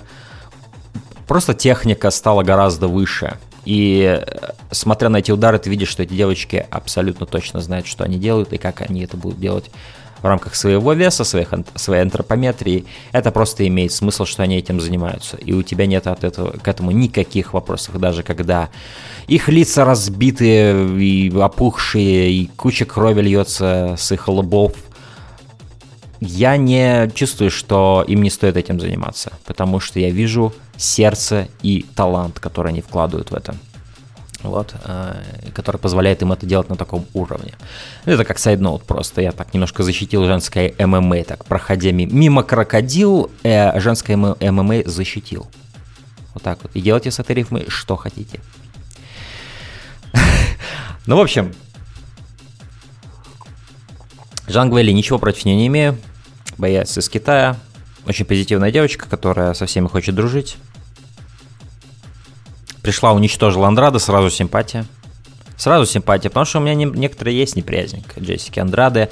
просто техника стала гораздо выше. И смотря на эти удары, ты видишь, что эти девочки абсолютно точно знают, что они делают и как они это будут делать в рамках своего веса, своих, своей антропометрии. Это просто имеет смысл, что они этим занимаются. И у тебя нет от этого, к этому никаких вопросов. Даже когда их лица разбитые и опухшие, и куча крови льется с их лбов, я не чувствую, что им не стоит этим заниматься, потому что я вижу сердце и талант, который они вкладывают в это, вот, э, который позволяет им это делать на таком уровне. Это как сайд-ноут просто, я так немножко защитил женское ММА, так, проходя мимо крокодил, э, женское ММА защитил. Вот так вот. И делайте с этой рифмой что хотите. Ну, в общем, Жанг Вэй Ли, ничего против нее не имею. Боец из Китая. Очень позитивная девочка, которая со всеми хочет дружить. Пришла, уничтожила Андраде, сразу симпатия. Сразу симпатия, потому что у меня не, некоторые есть неприязнь к Джессике Андраде.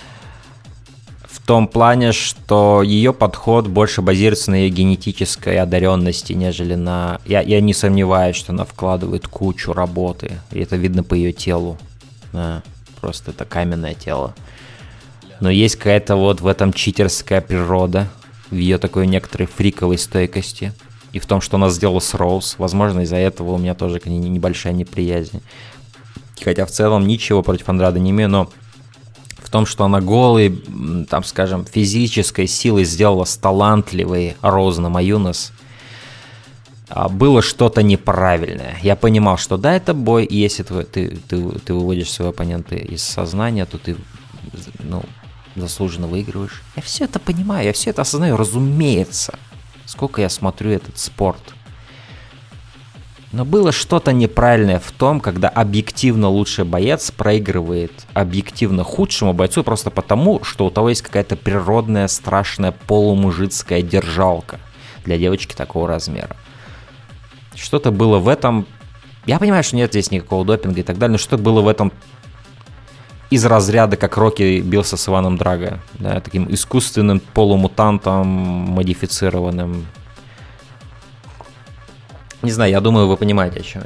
В том плане, что ее подход больше базируется на ее генетической одаренности, нежели на... Я, я не сомневаюсь, что она вкладывает кучу работы. И это видно по ее телу. Да, просто это каменное тело. Но есть какая-то вот в этом читерская природа, в ее такой некоторой фриковой стойкости. И в том, что она сделала с Роуз. Возможно, из-за этого у меня тоже к ней небольшая неприязнь. Хотя в целом ничего против Андрады не имею, но в том, что она голой, там, скажем, физической силой сделала с талантливой Роуз Намаюнас, было что-то неправильное. Я понимал, что да, это бой, и если ты, ты, ты, ты выводишь своего оппонента из сознания, то ты, ну, заслуженно выигрываешь. Я все это понимаю, я все это осознаю, разумеется. Сколько я смотрю этот спорт. Но было что-то неправильное в том, когда объективно лучший боец проигрывает объективно худшему бойцу просто потому, что у того есть какая-то природная, страшная полумужицкая держалка для девочки такого размера. Что-то было в этом... Я понимаю, что нет здесь никакого допинга и так далее, но что-то было в этом из разряда, как Рокки бился с Иваном Драго, да, таким искусственным полумутантом, модифицированным. Не знаю, я думаю, вы понимаете, о чем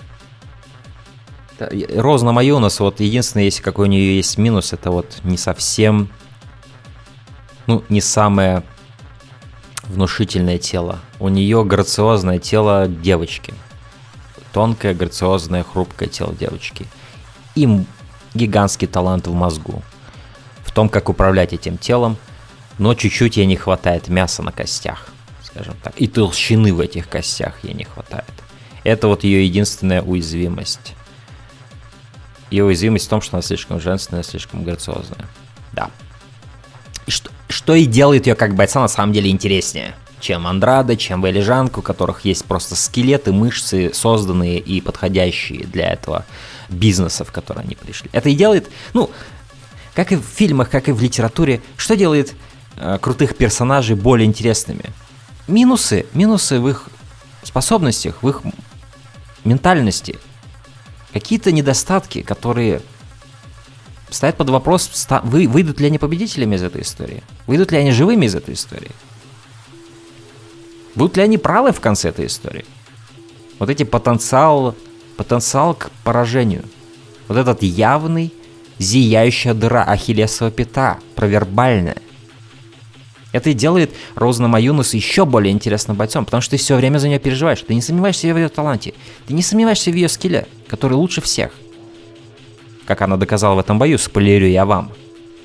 я. Роуз Намаюнас, вот единственное, если какой у нее есть минус, это вот не совсем, ну, не самое внушительное тело. У нее грациозное тело девочки. Тонкое, грациозное, хрупкое тело девочки. Им гигантский талант в мозгу, в том, как управлять этим телом, но чуть-чуть ей не хватает мяса на костях, скажем так, и толщины в этих костях ей не хватает. Это вот ее единственная уязвимость. Ее уязвимость в том, что она слишком женственная, слишком грациозная. Да. И что, что и делает ее как бойца на самом деле интереснее, чем Андрада, чем Вейли Жанг, у которых есть просто скелеты, мышцы, созданные и подходящие для этого бизнеса, в который они пришли. Это и делает, ну, как и в фильмах, как и в литературе, что делает э, крутых персонажей более интересными? Минусы, минусы в их способностях, в их ментальности. Какие-то недостатки, которые ставят под вопрос, вы, выйдут ли они победителями из этой истории? Выйдут ли они живыми из этой истории? Будут ли они правы в конце этой истории? Вот эти потенциал, потенциал к поражению. Вот этот явный, зияющая дыра Ахиллесова пята, провербальная. Это и делает Роуз Намаюнус еще более интересным бойцом, потому что ты все время за нее переживаешь. Ты не сомневаешься в ее таланте. Ты не сомневаешься в ее скилле, который лучше всех. Как она доказала в этом бою, спойлерю я вам.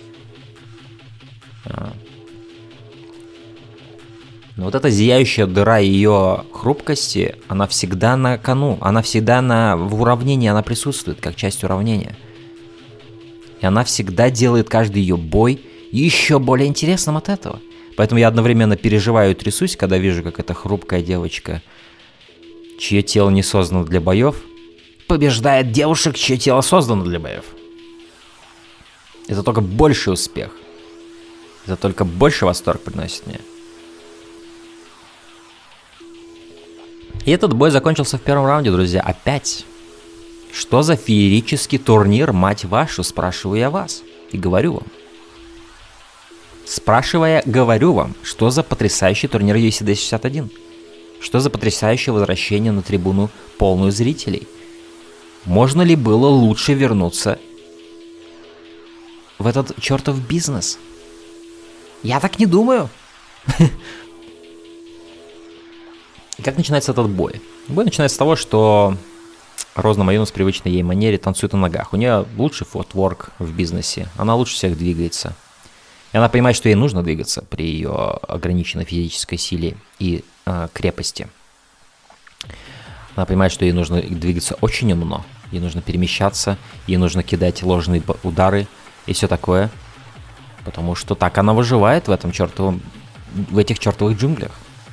Но вот эта зияющая дыра ее хрупкости, она всегда на кону, она всегда на, в уравнении, она присутствует как часть уравнения. И она всегда делает каждый ее бой еще более интересным от этого. Поэтому я одновременно переживаю и трясусь, когда вижу, как эта хрупкая девочка, чье тело не создано для боев, побеждает девушек, чье тело создано для боев. Это только больший успех. Это только больше восторг приносит мне. И этот бой закончился в первом раунде, друзья. Опять. Что за феерический турнир, мать вашу, спрашиваю я вас. И говорю вам. Спрашивая, говорю вам, что за потрясающий турнир ю эф си двести шестьдесят один. Что за потрясающее возвращение на трибуну полную зрителей. Можно ли было лучше вернуться в этот чертов бизнес? Я так не думаю. И как начинается этот бой? Бой начинается с того, что Роуз Намаюнус в привычной ей манере танцует на ногах. У нее лучший футворк в бизнесе. Она лучше всех двигается. И она понимает, что ей нужно двигаться при ее ограниченной физической силе и э, крепости. Она понимает, что ей нужно двигаться очень умно. Ей нужно перемещаться, ей нужно кидать ложные удары и все такое. Потому что так она выживает в этом чертовом, в этих чертовых джунглях.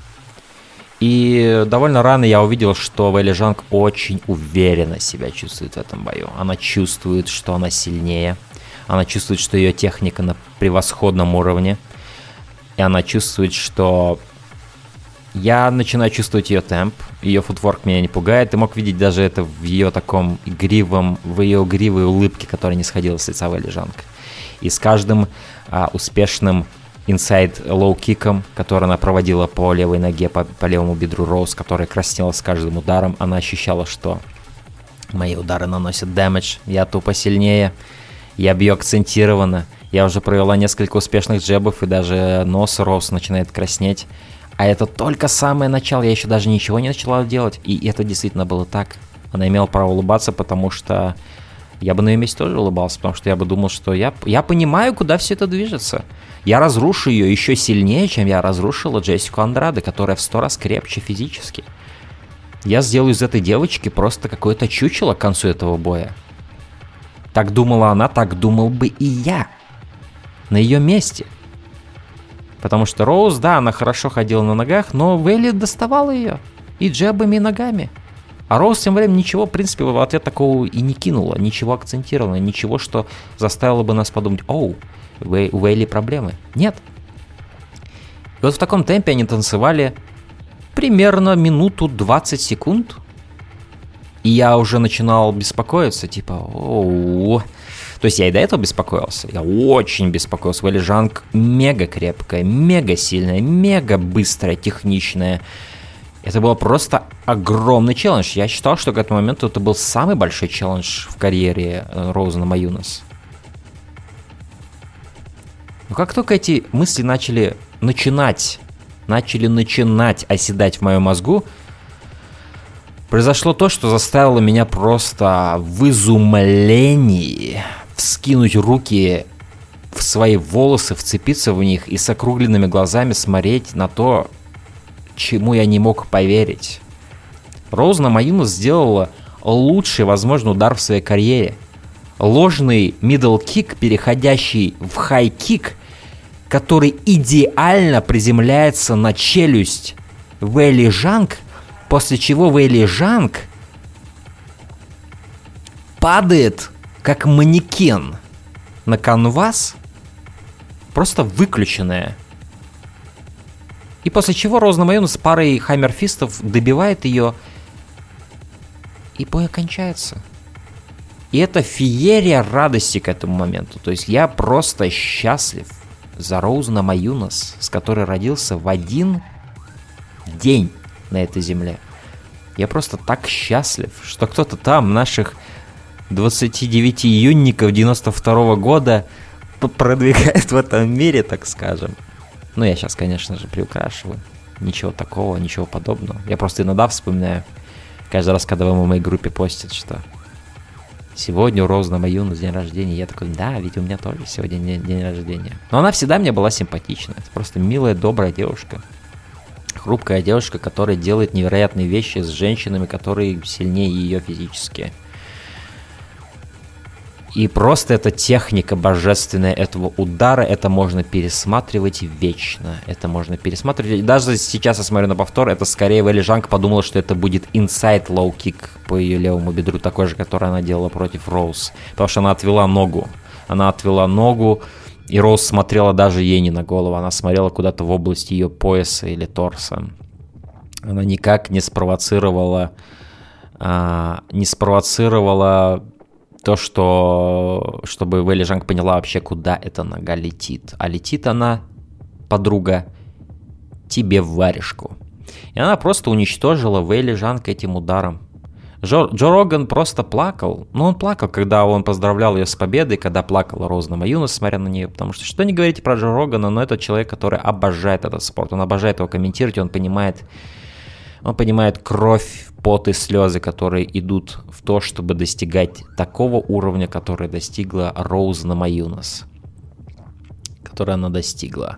И довольно рано я увидел, что Вейли Жанг очень уверенно себя чувствует в этом бою. Она чувствует, что она сильнее. Она чувствует, что ее техника на превосходном уровне. И она чувствует, что... Я начинаю чувствовать ее темп. Ее футворк меня не пугает. Ты мог видеть даже это в ее таком игривом... В ее игривой улыбке, которая не сходила с лица Вейли Жанг. И с каждым а, успешным инсайд лоу-киком, который она проводила по левой ноге, по, по левому бедру Роуз, которая краснела с каждым ударом, она ощущала, что мои удары наносят дэмэдж. Я тупо сильнее. Я бью акцентированно. Я уже провела несколько успешных джебов, и даже нос Роуз начинает краснеть. А это только самое начало. Я еще даже ничего не начала делать. И это действительно было так. Она имела право улыбаться, потому что я бы на ее месте тоже улыбался. Потому что я бы думал, что я, я понимаю, куда все это движется. Я разрушу ее еще сильнее, чем я разрушила Джессику Андраде, которая в сто раз крепче физически. Я сделаю из этой девочки просто какое-то чучело к концу этого боя. Так думала она, так думал бы и я. На ее месте. Потому что Роуз, да, она хорошо ходила на ногах, но Вейли доставала ее. И джебами, и ногами. А Роуз тем временем ничего, в принципе, в ответ такого и не кинула. Ничего акцентированного, ничего, что заставило бы нас подумать: оу, у Вейли проблемы. Нет. И вот в таком темпе они танцевали примерно минуту двадцать секунд. И я уже начинал беспокоиться, типа, оу. То есть я и до этого беспокоился. Я очень беспокоился. Вейли Жанг мега крепкая, мега сильная, мега быстрая, техничная. Это был просто огромный челлендж. Я считал, что к этому моменту это был самый большой челлендж в карьере Роуз Намаюнус. Но как только эти мысли начали начинать, начали начинать оседать в моем мозгу, произошло то, что заставило меня просто в изумлении вскинуть руки в свои волосы, вцепиться в них и с округленными глазами смотреть на то, чему я не мог поверить. Роуз Намаюнас сделала лучший возможный удар в своей карьере. Ложный middle kick, переходящий в high kick, который идеально приземляется на челюсть Вэйли Жанг, после чего Вэйли Жанг падает как манекен на канвас, просто выключенная. И после чего Роуз Намаюнас с парой хаммерфистов добивает ее, и бой окончается. И это феерия радости к этому моменту. То есть я просто счастлив за Роуз Намаюнас, с которой родился в один день на этой земле. Я просто так счастлив, что кто-то там, наших двадцати девяти июньников девяносто второго года, продвигает в этом мире, так скажем. Ну, я сейчас, конечно же, приукрашиваю. Ничего такого, ничего подобного. Я просто иногда вспоминаю, каждый раз, когда в моей группе постят, что сегодня у Роуз Намаюнас день рождения. Я такой, да, ведь у меня тоже сегодня день рождения. Но она всегда мне была симпатична. Это просто милая, добрая девушка. Хрупкая девушка, которая делает невероятные вещи с женщинами, которые сильнее ее физически. И просто эта техника божественная этого удара, это можно пересматривать вечно. Это можно пересматривать. И даже сейчас я смотрю на повтор, это скорее Вэйли Жанг подумала, что это будет inside low kick по ее левому бедру, такой же, который она делала против Роуз. Потому что она отвела ногу. Она отвела ногу, и Роуз смотрела даже ей не на голову. Она смотрела куда-то в область ее пояса или торса. Она никак не спровоцировала... А, не спровоцировала... то, что, чтобы Вэйли Жанг поняла вообще, куда эта нога летит. А летит она, подруга, тебе в варежку. И она просто уничтожила Вэйли Жанг этим ударом. Джо, Джо Роган просто плакал. Ну, он плакал, когда он поздравлял ее с победой, когда плакала Роуз Намаюнас, смотря на нее. Потому что, что не говорите про Джо Рогана, но это человек, который обожает этот спорт. Он обожает его комментировать, он понимает... Он понимает кровь, пот и слезы, которые идут в то, чтобы достигать такого уровня, который достигла Роуз Намаюнас. Который она достигла.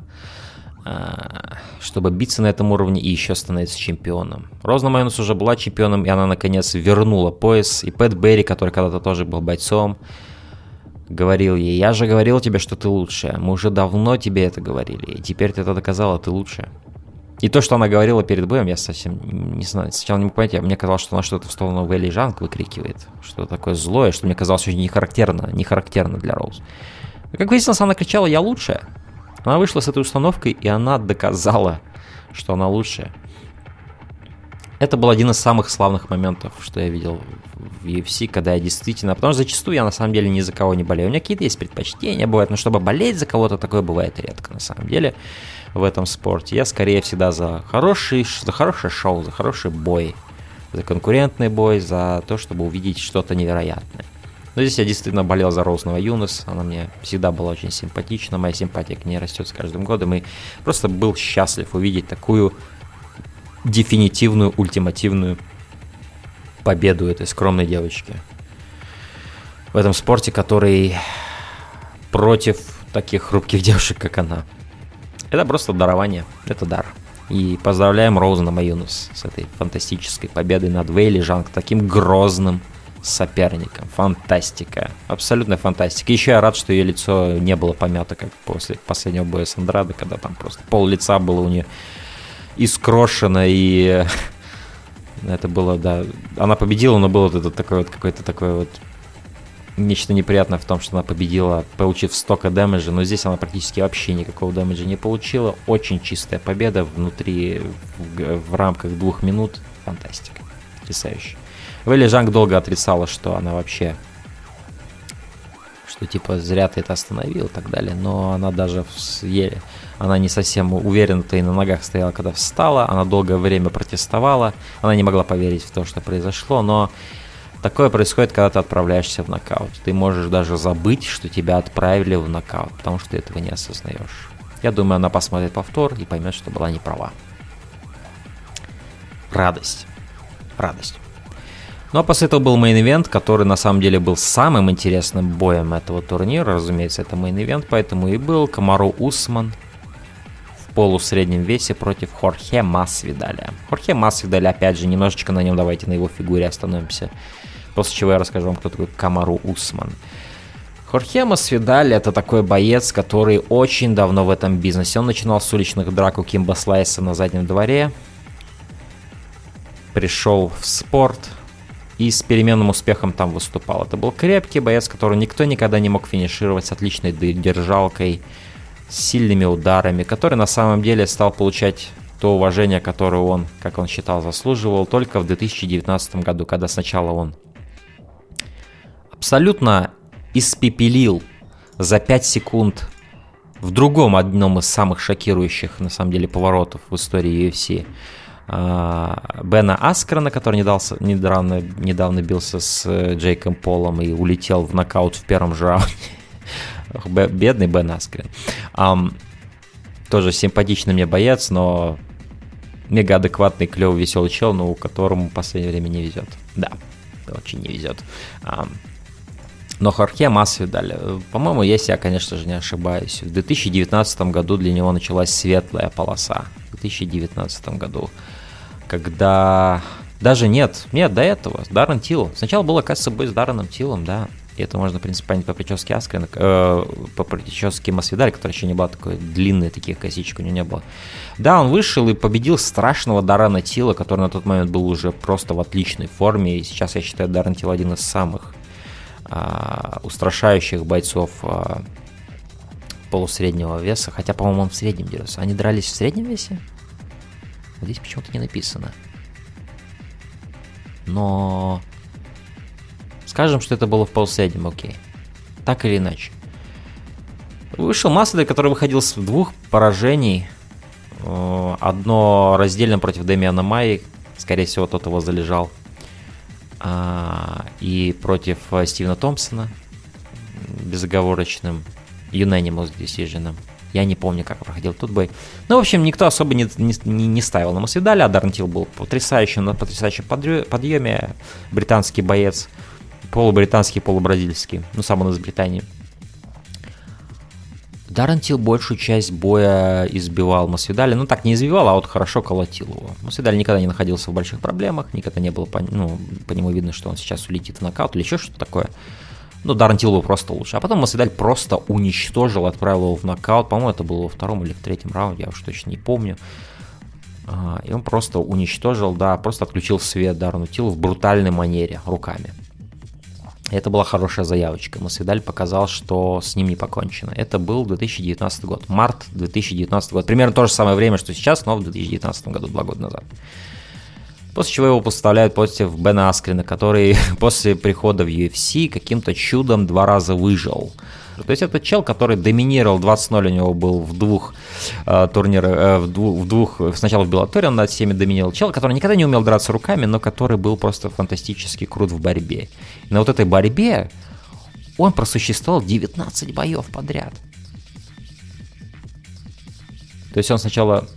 Чтобы биться на этом уровне и еще становиться чемпионом. Роуз Намаюнас уже была чемпионом, и она наконец вернула пояс. И Пэт Берри, который когда-то тоже был бойцом, говорил ей: я же говорил тебе, что ты лучшая. Мы уже давно тебе это говорили. И теперь ты это доказала, ты лучшая. И то, что она говорила перед боем, я совсем не знаю. Сначала не мог понять, мне казалось, что она что-то в сторону Вэйли Жанг выкрикивает. Что-то такое злое, что мне казалось очень не характерно, не характерно для Роуз. И как выяснилось, она кричала: я лучшая. Она вышла с этой установкой, и она доказала, что она лучшая. Это был один из самых славных моментов, что я видел в ю эф си, когда я действительно... Потому что зачастую я на самом деле ни за кого не болею. У меня какие-то есть предпочтения, бывает, но чтобы болеть за кого-то, такое бывает редко на самом деле в этом спорте. Я скорее всегда за хороший, за хорошее шоу, за хороший бой, за конкурентный бой, за то, чтобы увидеть что-то невероятное. Но здесь я действительно болел за Роуз Намаюнас, она мне всегда была очень симпатична, моя симпатия к ней растет с каждым годом, и просто был счастлив увидеть такую дефинитивную, ультимативную победу этой скромной девочки в этом спорте, который против таких хрупких девушек, как она. Это просто дарование, это дар. И поздравляем Роуз Намаюнас с этой фантастической победой над Вэйли Жанг, таким грозным соперником. Фантастика. Абсолютная фантастика. Еще я рад, что ее лицо не было помято, как после последнего боя с Андрадо, когда там просто пол лица было у нее искрошено, и это было, да, она победила, но было вот это такое вот какое-то такое вот нечто неприятное в том, что она победила, получив столько дэмэджа, но здесь она практически вообще никакого дэмэджа не получила. Очень чистая победа внутри, в, в рамках двух минут. Фантастика. Потрясающе. Вэйли Жанг долго отрицала, что она вообще, что типа зря ты это остановил и так далее, но она даже еле, она не совсем уверенно-то и на ногах стояла, когда встала, она долгое время протестовала, она не могла поверить в то, что произошло, но такое происходит, когда ты отправляешься в нокаут. Ты можешь даже забыть, что тебя отправили в нокаут, потому что ты этого не осознаешь. Я думаю, она посмотрит повтор и поймет, что была не права. Радость. Радость. Ну а после этого был мейн-ивент, который на самом деле был самым интересным боем этого турнира. Разумеется, это мейн-ивент, поэтому и был Камару Усман в полусреднем весе против Хорхе Масвидаля. Хорхе Масвидаль, опять же, немножечко на нем, давайте на его фигуре остановимся. После чего я расскажу вам, кто такой Камару Усман. Хорхе Масвидаль — это такой боец, который очень давно в этом бизнесе. Он начинал с уличных драк у Кимба Слайса на заднем дворе, пришел в спорт и с переменным успехом там выступал. Это был крепкий боец, который никто никогда не мог финишировать, с отличной держалкой, с сильными ударами, который на самом деле стал получать то уважение, которое он, как он считал, заслуживал только в две тысячи девятнадцатом году, когда сначала он абсолютно испепелил за пять секунд в другом, одном из самых шокирующих, на самом деле, поворотов в истории ю эф си Бена Аскрена, который недавно, недавно бился с Джейком Полом и улетел в нокаут в первом же раунде. Бедный Бен Аскрен. Um, тоже симпатичный мне боец, но мега адекватный, клевый, веселый чел, но у которому в последнее время не везет. Да, очень не везет. Um, но Хорхе Масвидаль, по-моему, если я, конечно же, не ошибаюсь, в две тысячи девятнадцатом году для него началась светлая полоса. В две тысячи девятнадцатом году, когда... Даже нет, нет, до этого, Даррен Тилл. Сначала было, кажется, бой с Дарреном Тиллом, да. И это можно, в принципе, понять по прическе Аскрена, э, по прическе Масвидаля, которая еще не была такой длинной, таких косичек у него не было. Да, он вышел и победил страшного Даррена Тилла, который на тот момент был уже просто в отличной форме. И сейчас я считаю Даррен Тилл один из самых э, устрашающих бойцов э, полусреднего веса. Хотя, по-моему, он в среднем дерется. Они дрались в среднем весе? Здесь почему-то не написано. Но... Скажем, что это было в полусреднем, окей. Так или иначе. Вышел Масвидаль, который выходил с двух поражений. Одно раздельно против Дэмиана Майи. Скорее всего, тот его залежал. И против Стивена Томпсона. Безоговорочным. Unanimous decision. Я не помню, как проходил тот бой. Ну, в общем, никто особо не, не, не ставил на Масвидаля. А Даррен Тилл был потрясающим, на потрясающем подъеме. Британский боец. Полубританский, полубразильский. Ну, сам он из Британии. Даррен Тилл большую часть боя избивал Масвидаля. Ну, так не избивал, а вот хорошо колотил его. Масвидаль никогда не находился в больших проблемах. Никогда не было, по, ну, по нему видно, что он сейчас улетит в нокаут или еще что-то такое. Ну, Даррен Тилл был просто лучше. А потом Масвидаль просто уничтожил, отправил его в нокаут. По-моему, это было во втором или в третьем раунде, я уж точно не помню. И он просто уничтожил, да, просто отключил свет Даррену Тиллу в брутальной манере, руками. Это была хорошая заявочка. Масвидаль показал, что с ним не покончено. Это был две тысячи девятнадцатый год. Март две тысячи девятнадцатого года. Примерно то же самое время, что сейчас, но в две тысячи девятнадцатом году, два года назад. После чего его поставляют против Бена Аскрена, который после прихода в ю эф си каким-то чудом два раза выжил. То есть это чел, который доминировал, двадцать ноль у него был в двух э, турнирах, э, в, двух, в двух, сначала в Беллаторе он над всеми доминировал. Чел, который никогда не умел драться руками, но который был просто фантастически крут в борьбе. И на вот этой борьбе он просуществовал девятнадцать боев подряд. То есть он сначала...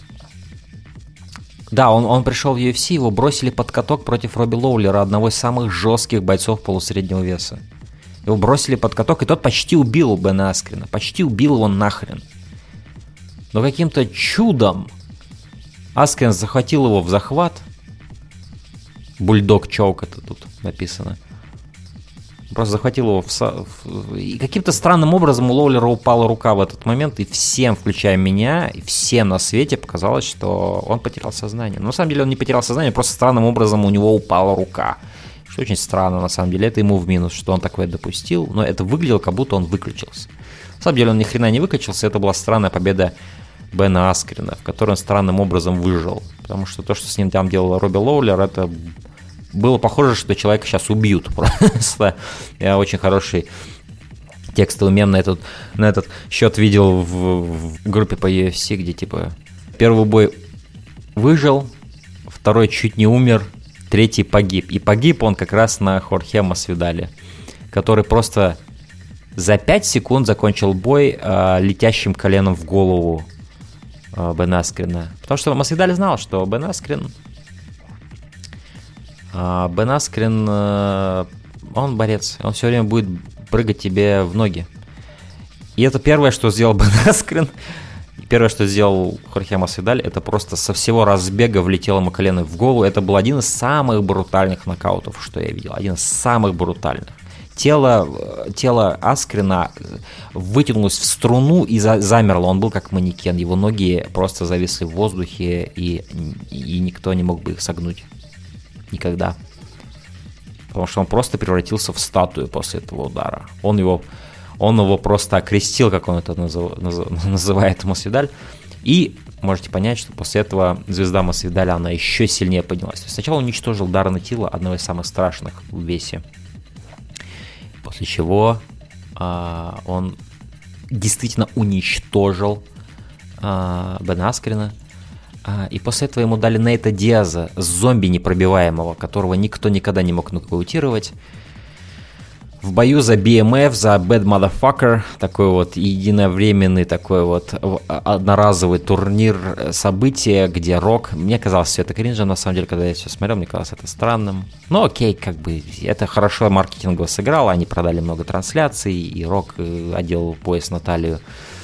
Да, он, он пришел в ю эф си, его бросили под каток против Робби Лоулера, одного из самых жестких бойцов полусреднего веса. Его бросили под каток, и тот почти убил Бена Аскрена. Почти убил его нахрен. Но каким-то чудом Аскрен захватил его в захват. Бульдог чоук это тут написано. Просто захватил его в... в... И каким-то странным образом у Лоулера упала рука в этот момент, и всем, включая меня, и всем на свете показалось, что он потерял сознание. Но на самом деле он не потерял сознание, просто странным образом у него упала рука. Что очень странно, на самом деле, это ему в минус, что он такое допустил, но это выглядело, как будто он выключился. На самом деле он ни хрена не выключился, это была странная победа Бена Аскрена, в которой он странным образом выжил. Потому что то, что с ним там делал Робби Лоулер, это было похоже, что человека сейчас убьют просто. Я очень хороший текстовый мем на этот, на этот счет видел в, в группе по ю эф си, где типа первый бой выжил, второй чуть не умер, третий погиб. И погиб он как раз на Хорхе Масвидале, который просто за пять секунд закончил бой э, летящим коленом в голову э, Бена Аскрена. Потому что Масвидаль знал, что Бен Аскрен А Бен Аскрен, он борец, он все время будет прыгать тебе в ноги. И это первое, что сделал Бен Аскрен. И первое, что сделал Хорхе Масвидаль, это просто со всего разбега влетело ему колено в голову. Это был один из самых брутальных нокаутов, что я видел. Один из самых брутальных. Тело, тело Аскрена вытянулось в струну и за, замерло. Он был как манекен. Его ноги просто зависли в воздухе, и, и никто не мог бы их согнуть. Никогда. Потому что он просто превратился в статую после этого удара. Он его... Он его просто окрестил, как он это назыв, назыв, называет Масвидаль. И можете понять, что после этого звезда Масвидаля, она еще сильнее поднялась. То есть сначала он уничтожил Даррена Тилла, одного из самых страшных в весе. После чего а, он действительно уничтожил а, Бена Аскрена. А, и после этого ему дали Нейта Диаза, зомби непробиваемого, которого никто никогда не мог нокаутировать. В бою за би эм эф, за Bad Motherfucker, такой вот единовременный, такой вот одноразовый турнир, событие, где Рок, мне казалось все это кринжем, на самом деле, когда я все смотрел, мне казалось это странным. Но окей, как бы, это хорошо маркетингово сыграло, они продали много трансляций, и Рок одел пояс на талию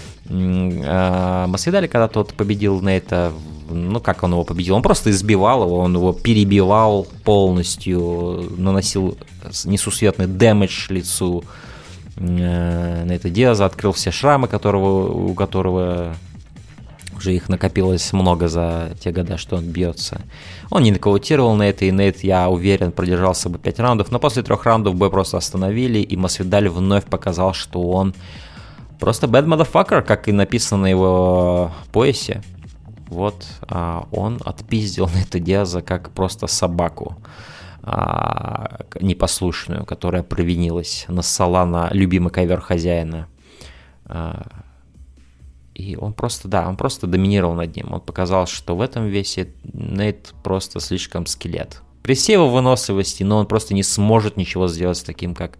Масвидаля, когда тот победил Нейта. Ну, как он его победил? Он просто избивал его, он его перебивал полностью, наносил несусветный дэмэдж лицу Нейта Диаза, открыл все шрамы, которого, у которого уже их накопилось много за те года, что он бьется. Он не нокаутировал Нейта, и Нейт, я уверен, продержался бы пять раундов, но после трех раундов бой просто остановили, и Масвидаль вновь показал, что он просто bad motherfucker, как и написано на его поясе. Вот а, он отпиздил Нейта Диаза как просто собаку а, непослушную, которая провинилась, нассала на любимый ковер хозяина. А, и он просто, да, он просто доминировал над ним. Он показал, что в этом весе Нейт просто слишком скелет. При всей его выносливости, но он просто не сможет ничего сделать с таким, как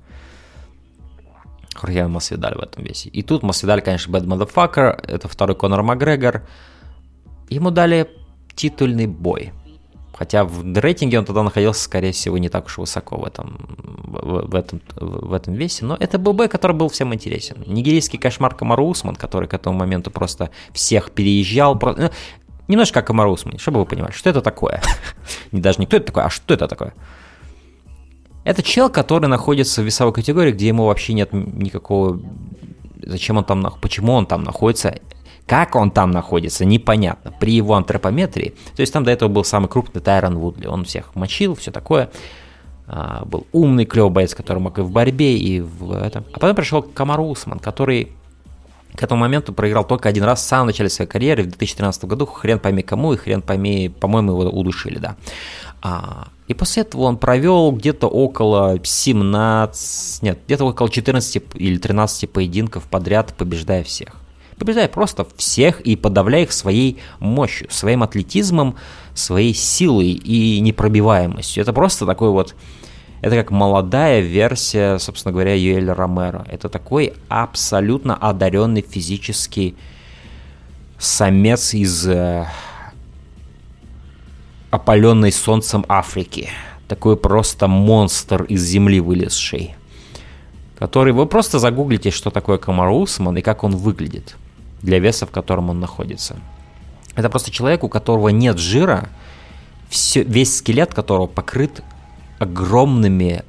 Хорхе Масвидаль в этом весе. И тут Масвидаль, конечно, bad motherfucker, это второй Конор Макгрегор. Ему дали титульный бой. Хотя в рейтинге он тогда находился, скорее всего, не так уж высоко в этом, в, в, этом, в этом весе. Но это был бой, который был всем интересен. Нигерийский кошмар Камару Усман, который к этому моменту просто всех переезжал. Ну, немножко как Камару Усман, чтобы вы понимали, что это такое. Не даже не кто это такой, а что это такое. Это чел, который находится в весовой категории, где ему вообще нет никакого... Зачем он там, почему он там находится... Как он там находится, непонятно. При его антропометрии, то есть там до этого был самый крупный Тайрон Вудли, он всех мочил, все такое. А, был умный, клевый боец, который мог и в борьбе, и в этом. А потом пришел Камару Усман, который к этому моменту проиграл только один раз в самом начале своей карьеры, в две тысячи тринадцатом году, хрен пойми кому, и хрен пойми, по-моему, его удушили, да. А, и после этого он провел где-то около семнадцати, нет, где-то около четырнадцати или тринадцати поединков подряд, побеждая всех. Побеждая просто всех и подавляя их своей мощью, своим атлетизмом, своей силой и непробиваемостью. Это просто такой вот, это как молодая версия, собственно говоря, Йоэля Ромеро. Это такой абсолютно одаренный физический самец из э, опаленной солнцем Африки. Такой просто монстр из земли вылезший. Который, вы просто загуглите, что такое Камару Усман и как он выглядит для веса, в котором он находится. Это просто человек, у которого нет жира, все, весь скелет которого покрыт огромными,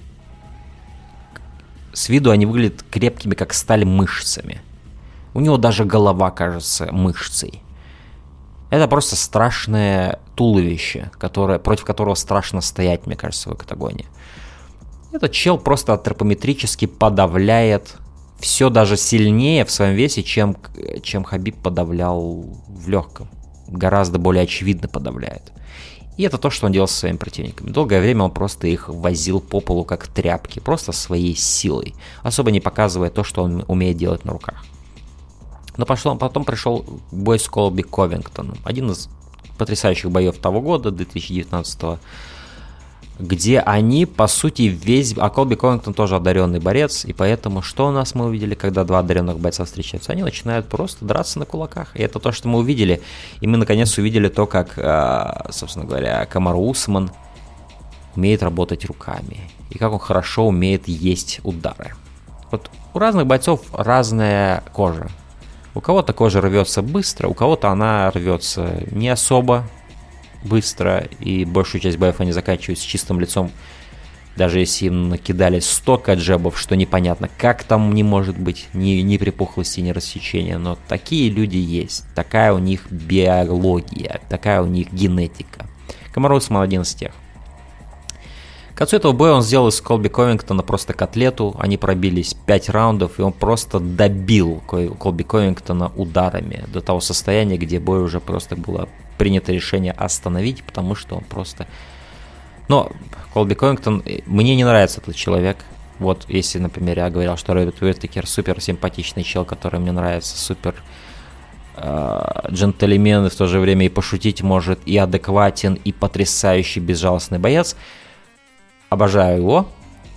с виду они выглядят крепкими, как сталь, мышцами. У него даже голова кажется мышцей. Это просто страшное туловище, которое, против которого страшно стоять, мне кажется, в октагоне. Этот чел просто антропометрически подавляет все даже сильнее в своем весе, чем, чем Хабиб подавлял в легком. Гораздо более очевидно подавляет. И это то, что он делал со своими противниками. Долгое время он просто их возил по полу как тряпки, просто своей силой, особо не показывая то, что он умеет делать на руках. Но пошло, потом пришел бой с Колби Ковингтоном. Один из потрясающих боев того года, две тысячи девятнадцатого, где они, по сути, весь... А Колби Ковингтон тоже одаренный борец, и поэтому что у нас мы увидели, когда два одаренных бойца встречаются? Они начинают просто драться на кулаках, и это то, что мы увидели. И мы, наконец, увидели то, как, собственно говоря, Камару Усман умеет работать руками, и как он хорошо умеет есть удары. Вот у разных бойцов разная кожа. У кого-то кожа рвется быстро, у кого-то она рвется не особо быстро, и большую часть боев они заканчивают с чистым лицом, даже если им накидали столько джебов, что непонятно, как там не может быть ни, ни припухлости, ни рассечения, но такие люди есть, такая у них биология, такая у них генетика. Камару Усман один из тех. К концу этого боя он сделал из Колби Ковингтона просто котлету, они пробились пять раундов, и он просто добил Колби Ковингтона ударами до того состояния, где бой уже просто было принято решение остановить, потому что он просто... Но Колби Ковингтон, мне не нравится этот человек. Вот если, например, я говорил, что Роберт Уитакер супер симпатичный чел, который мне нравится, супер э, джентльмен, и в то же время и пошутить может, и адекватен, и потрясающий безжалостный боец. Обожаю его.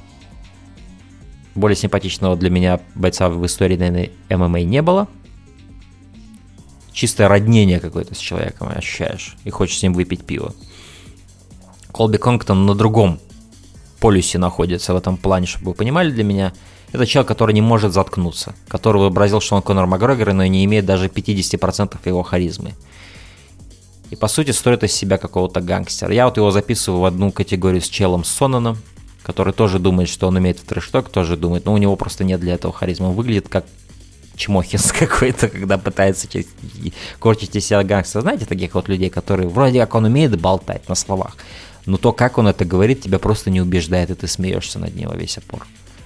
Более симпатичного для меня бойца в истории, наверное, эм эм а не было. Чистое роднение какое-то с человеком ощущаешь, и хочешь с ним выпить пиво. Колби Ковингтон на другом полюсе находится в этом плане, чтобы вы понимали для меня. Это человек, который не может заткнуться, который вообразил, что он Конор Макгрегор, но не имеет даже пятьдесят процентов его харизмы. И по сути строит из себя какого-то гангстера. Я вот его записываю в одну категорию с челом Сонаном, который тоже думает, что он имеет трэш-ток, тоже думает, но у него просто нет для этого харизмы. Он выглядит как чмохис какой-то, когда пытается корчить из себя гангстера. Знаете, таких вот людей, которые вроде как он умеет болтать на словах, но то, как он это говорит, тебя просто не убеждает, и ты смеешься над ним во весь опор.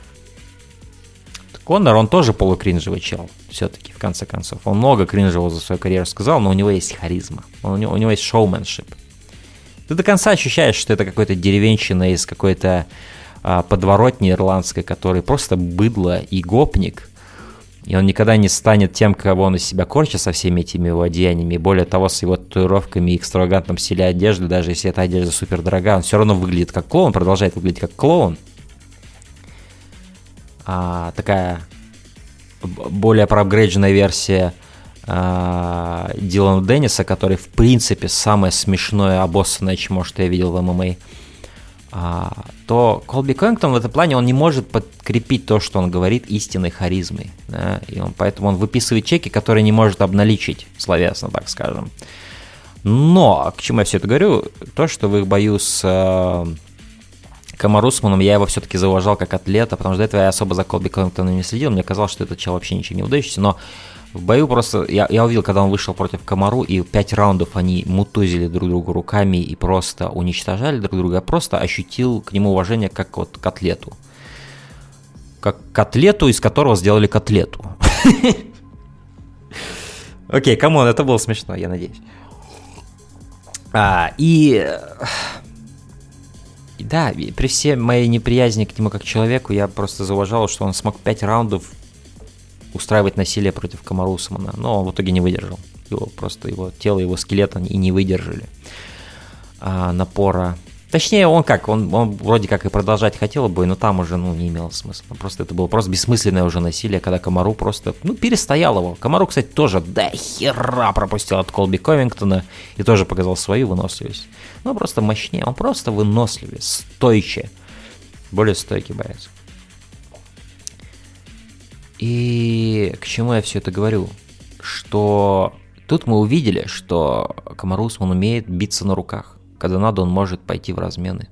Конор, он тоже полукринжевый чел, все-таки, в конце концов. Он много кринжевого за свою карьеру сказал, но у него есть харизма, он, у, него, у него есть шоуменшип. Ты до конца ощущаешь, что это какой-то деревенщина из какой-то а, подворотни ирландской, который просто быдло и гопник, и он никогда не станет тем, кого он из себя корчит со всеми этими его одеяниями, и более того, с его татуировками и экстравагантном стиле одежды, даже если эта одежда супер дорогая, он все равно выглядит как клоун, продолжает выглядеть как клоун. А, такая более проапгрейдженная версия а, Дилана Денниса, который в принципе самое смешное обоссанное чмо, что я видел в эм эм а, а, то Колби Ковингтон в этом плане он не может подкрепить то, что он говорит, истинной харизмой, да? И он, поэтому он выписывает чеки, которые не может обналичить словесно, так скажем. Но к чему я все это говорю? То, что в их бою с Камару Усманом я его все-таки зауважал как атлета, потому что до этого я особо за Колби Ковингтоном не следил, мне казалось, что этот чел вообще ничем не выдающийся, но в бою просто, я, я увидел, когда он вышел против Камару, и пять раундов они мутузили друг друга руками и просто уничтожали друг друга, я просто ощутил к нему уважение как вот к атлету. Как к атлету, из которого сделали котлету. Окей, камон, это было смешно, я надеюсь. И... Да, при всей моей неприязни к нему как человеку, я просто зауважал, что он смог пять раундов устраивать насилие против Камару Усмана, но он в итоге не выдержал. Его просто его тело, его скелет и не выдержали а, напора. Точнее, он как, он, он вроде как и продолжать хотел бы, но там уже, ну, не имело смысла. Просто это было просто бессмысленное уже насилие, когда Камару просто, ну, перестоял его. Камару, кстати, тоже до хера пропустил от Колби Ковингтона и тоже показал свою выносливость. Ну, просто мощнее, он просто выносливее, стойче, более стойкий боец. И к чему я все это говорю? Что тут мы увидели, что Камару Усман умеет биться на руках. Когда надо, он может пойти в размены.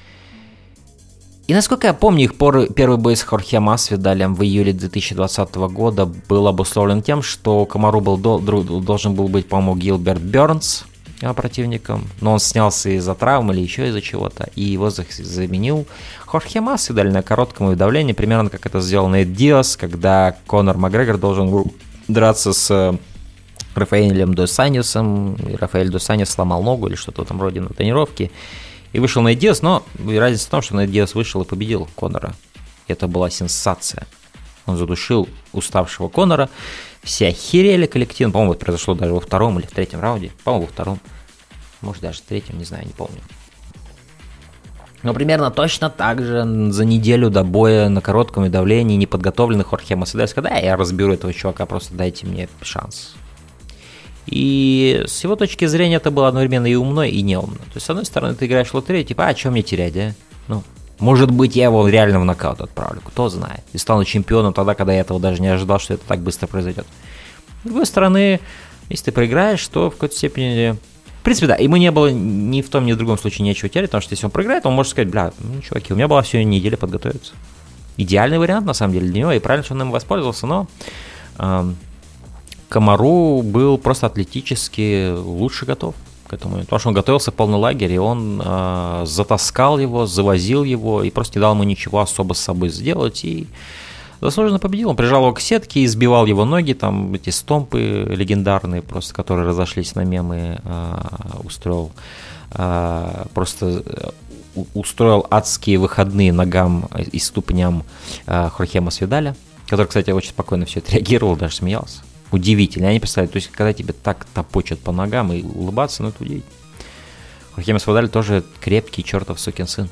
И насколько я помню, их первый бой с Хорхе Масвидалем в июле две тысячи двадцатого года был обусловлен тем, что у Камару был, должен был быть, по-моему, Гилберт Бернс противником, но он снялся из-за травмы или еще из-за чего-то, и его заменил Хорхе Масвидаль на коротком уведомлении, примерно как это сделал Нейт Диас, когда Конор Макгрегор должен был драться с Рафаэлем дос Аньосом, и Рафаэль дос Аньос сломал ногу или что-то в этом роде на тренировке, и вышел Нейт Диас, но разница в том, что Нейт Диас вышел и победил Конора. Это была сенсация. Он задушил уставшего Конора, все охерели коллективно, по-моему, это произошло даже во втором или в третьем раунде, по-моему, во втором, может даже в третьем, не знаю, не помню. Но примерно точно так же за неделю до боя на коротком давлении неподготовленный Хорхе Масвидаль сказал: да, я разберу этого чувака, просто дайте мне шанс. И с его точки зрения это было одновременно и умно, и неумно. То есть, с одной стороны, ты играешь в лотерею, типа, а что мне терять, да? Ну, может быть, я его реально в нокаут отправлю, кто знает. И стану чемпионом тогда, когда я этого даже не ожидал, что это так быстро произойдет. С другой стороны, если ты проиграешь, то в какой-то степени... В принципе, да, ему не было ни в том, ни в другом случае нечего терять, потому что если он проиграет, он может сказать, бля, ну, чуваки, у меня была всю неделю подготовиться. Идеальный вариант, на самом деле, для него, и правильно, что он им воспользовался, но... Эм, Комару был просто атлетически лучше готов к этому, потому что он готовился в полный лагерь, и он э, затаскал его, завозил его, и просто не дал ему ничего особо с собой сделать, и заслуженно победил. Он прижал его к сетке, избивал его ноги, там эти стомпы легендарные, просто которые разошлись на мемы, э, устроил, э, просто устроил адские выходные ногам и ступням э, Хорхе Масвидаля, который, кстати, очень спокойно все это реагировал, даже смеялся. Удивительно, я не представляю, то есть, когда тебе так топочут по ногам и улыбаться, ну, это удивительно. Хорхе Масвидаль тоже крепкий чертов сукин сын.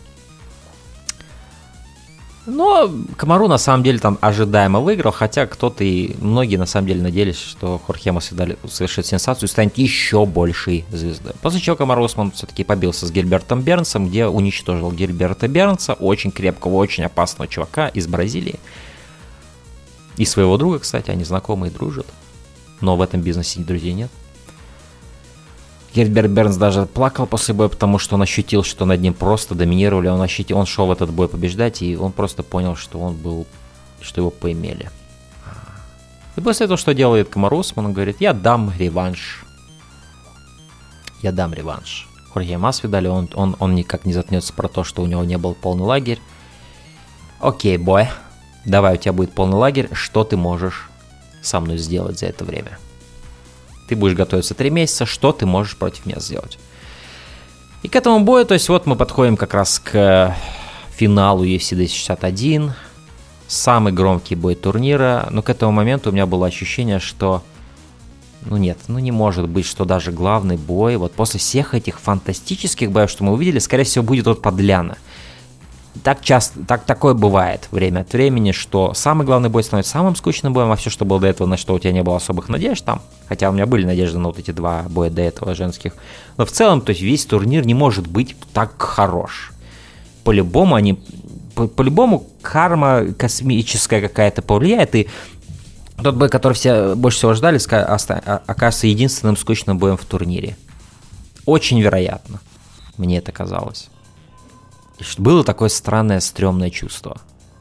Но Комару, на самом деле, там ожидаемо выиграл, хотя кто-то и многие, на самом деле, надеялись, что Хорхе Масвидаль совершит сенсацию и станет еще большей звездой. После чего Комару Усман все-таки побился с Гильбертом Бернсом, где уничтожил Гильберта Бернса, очень крепкого, очень опасного чувака из Бразилии. И своего друга, кстати, они знакомы и дружат. Но в этом бизнесе друзей нет. Гильберт Бернс даже плакал после боя, потому что он ощутил, что над ним просто доминировали. Он ощутил, он шел в этот бой побеждать, и он просто понял, что он был, что его поимели. И после этого, что делает Комару Усман, он говорит, я дам реванш. Я дам реванш. Хорхе Масвидаль, он, он, он никак не заткнется про то, что у него не был полный лагерь. Окей, бой, давай, у тебя будет полный лагерь, что ты можешь со мной сделать за это время? Ты будешь готовиться три месяца, что ты можешь против меня сделать? И к этому бою, то есть вот мы подходим как раз к финалу ю эф си двести шестьдесят один, самый громкий бой турнира, но к этому моменту у меня было ощущение, что, ну нет, ну не может быть, что даже главный бой, вот после всех этих фантастических боев, что мы увидели, скорее всего, будет вот подляна. Так часто, так такое бывает время от времени, что самый главный бой становится самым скучным боем, а все, что было до этого, на что у тебя не было особых надежд там, хотя у меня были надежды на вот эти два боя до этого женских, но в целом, то есть весь турнир не может быть так хорош. По-любому они, по- по-любому карма космическая какая-то повлияет, и тот бой, который все больше всего ждали, окажется единственным скучным боем в турнире. Очень вероятно, мне это казалось. Было такое странное, стрёмное чувство.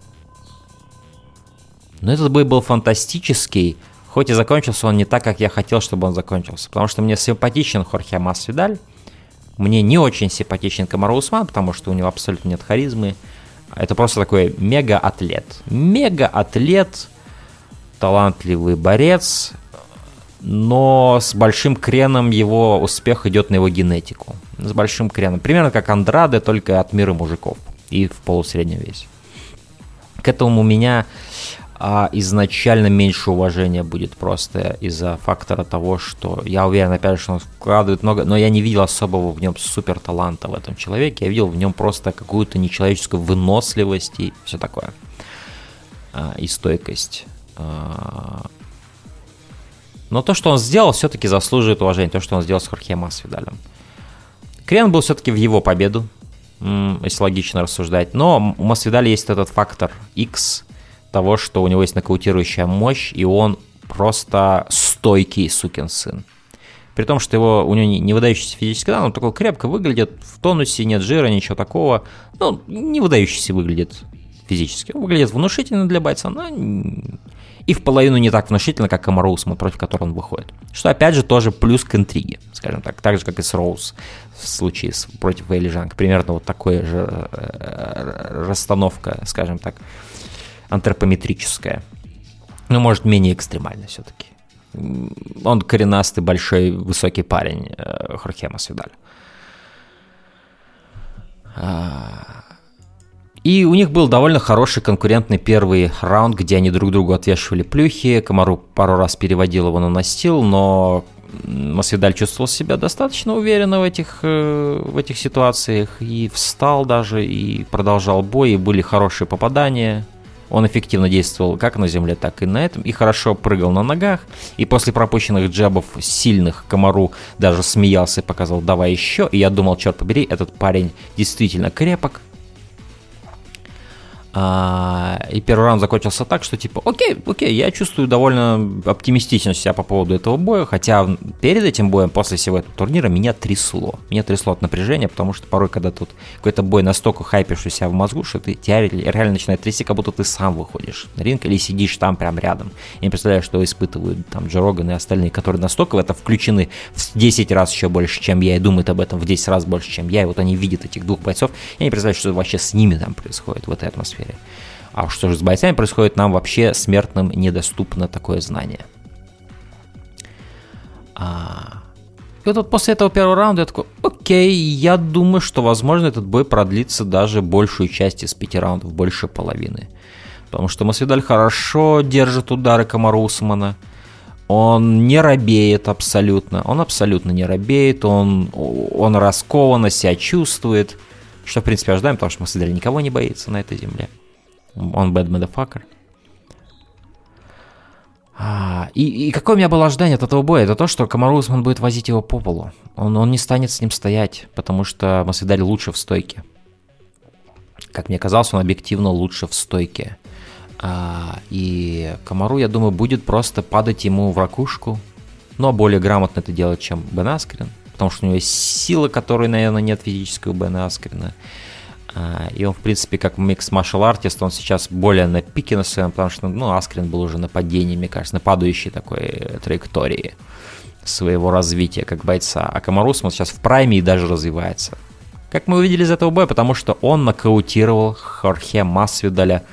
Но этот бой был фантастический, хоть и закончился он не так, как я хотел, чтобы он закончился. Потому что мне симпатичен Хорхе Масвидаль, мне не очень симпатичен Комару Усман, потому что у него абсолютно нет харизмы. Это просто такой мега-атлет. Мега-атлет, талантливый борец, но с большим креном его успех идет на его генетику. С большим креном. Примерно как Андраде, только от мира мужиков и в полусреднем весе. К этому у меня а, изначально меньше уважения будет просто из-за фактора того, что я уверен, опять же, что он вкладывает много, но я не видел особого в нем супер таланта в этом человеке. Я видел в нем просто какую-то нечеловеческую выносливость и все такое. А, и стойкость. А, но то, что он сделал, все-таки заслуживает уважения. То, что он сделал с Хорхе Масвидалем. Крен был все-таки в его победу, если логично рассуждать. Но у Масвидаля есть этот фактор X того, что у него есть нокаутирующая мощь, и он просто стойкий сукин сын. При том, что его, у него не выдающийся физически, да, он такой крепко выглядит, в тонусе, нет жира, ничего такого. Ну, не выдающийся выглядит физически. Он выглядит внушительно для бойца, но и в половину не так внушительно, как Комару Усман, против которого он выходит. Что, опять же, тоже плюс к интриге, скажем так. Так же, как и с Роуз в случае с, против Вэйли Жанг. Примерно вот такая же расстановка, скажем так, антропометрическая. Но, может, менее экстремально все-таки. Он коренастый, большой, высокий парень, Хорхе Масвидаль. И у них был довольно хороший конкурентный первый раунд, где они друг другу отвешивали плюхи. Комару пару раз переводил его на настил, но Масвидаль чувствовал себя достаточно уверенно в этих, в этих ситуациях. И встал даже, и продолжал бой, и были хорошие попадания. Он эффективно действовал как на земле, так и на этом, и хорошо прыгал на ногах. И после пропущенных джебов сильных Камару даже смеялся и показал «давай еще». И я думал, черт побери, этот парень действительно крепок. А, и первый раунд закончился так, что типа, окей, окей, я чувствую довольно оптимистично себя по поводу этого боя, хотя перед этим боем, после всего этого турнира, меня трясло. Меня трясло от напряжения, потому что порой, когда тут какой-то бой настолько хайпишь себя в мозгу, что ты, тебя реально начинает трясти, как будто ты сам выходишь на ринг или сидишь там прям рядом. Я не представляю, что испытывают там Джо Роган и остальные, которые настолько в это включены в десять раз еще больше, чем я, и думают об этом в десять раз больше, чем я, и вот они видят этих двух бойцов, я не представляю, что вообще с ними там происходит в этой атмосфере. А что же с бойцами происходит, нам вообще смертным недоступно такое знание. А... И вот, вот после этого первого раунда я такой, окей, я думаю, что, возможно, этот бой продлится даже большую часть из пяти раундов, больше половины. Потому что Масвидаль хорошо держит удары Камару Усмана. Он не робеет абсолютно. Он абсолютно не робеет. Он, он раскованно себя чувствует. Что, в принципе, ожидаем, потому что Масвидаль никого не боится на этой земле. Он bad motherfucker. А, и, и какое у меня было ожидание от этого боя? Это то, что Камару Усман будет возить его по полу. Он, он не станет с ним стоять, потому что Масвидаль лучше в стойке. Как мне казалось, он объективно лучше в стойке. А, и Камару, я думаю, будет просто падать ему в ракушку. Но более грамотно это делать, чем Бен Аскрен. Потому что у него есть сила, которой, наверное, нет физической у Бена Аскрена. И он, в принципе, как микс маршал артист, он сейчас более на пике на своем, потому что, ну, Аскрен был уже на падении, мне кажется, на падающей такой траектории своего развития как бойца. А Камару Усман сейчас в прайме и даже развивается. Как мы увидели из этого боя, потому что он нокаутировал Хорхе Масвидаля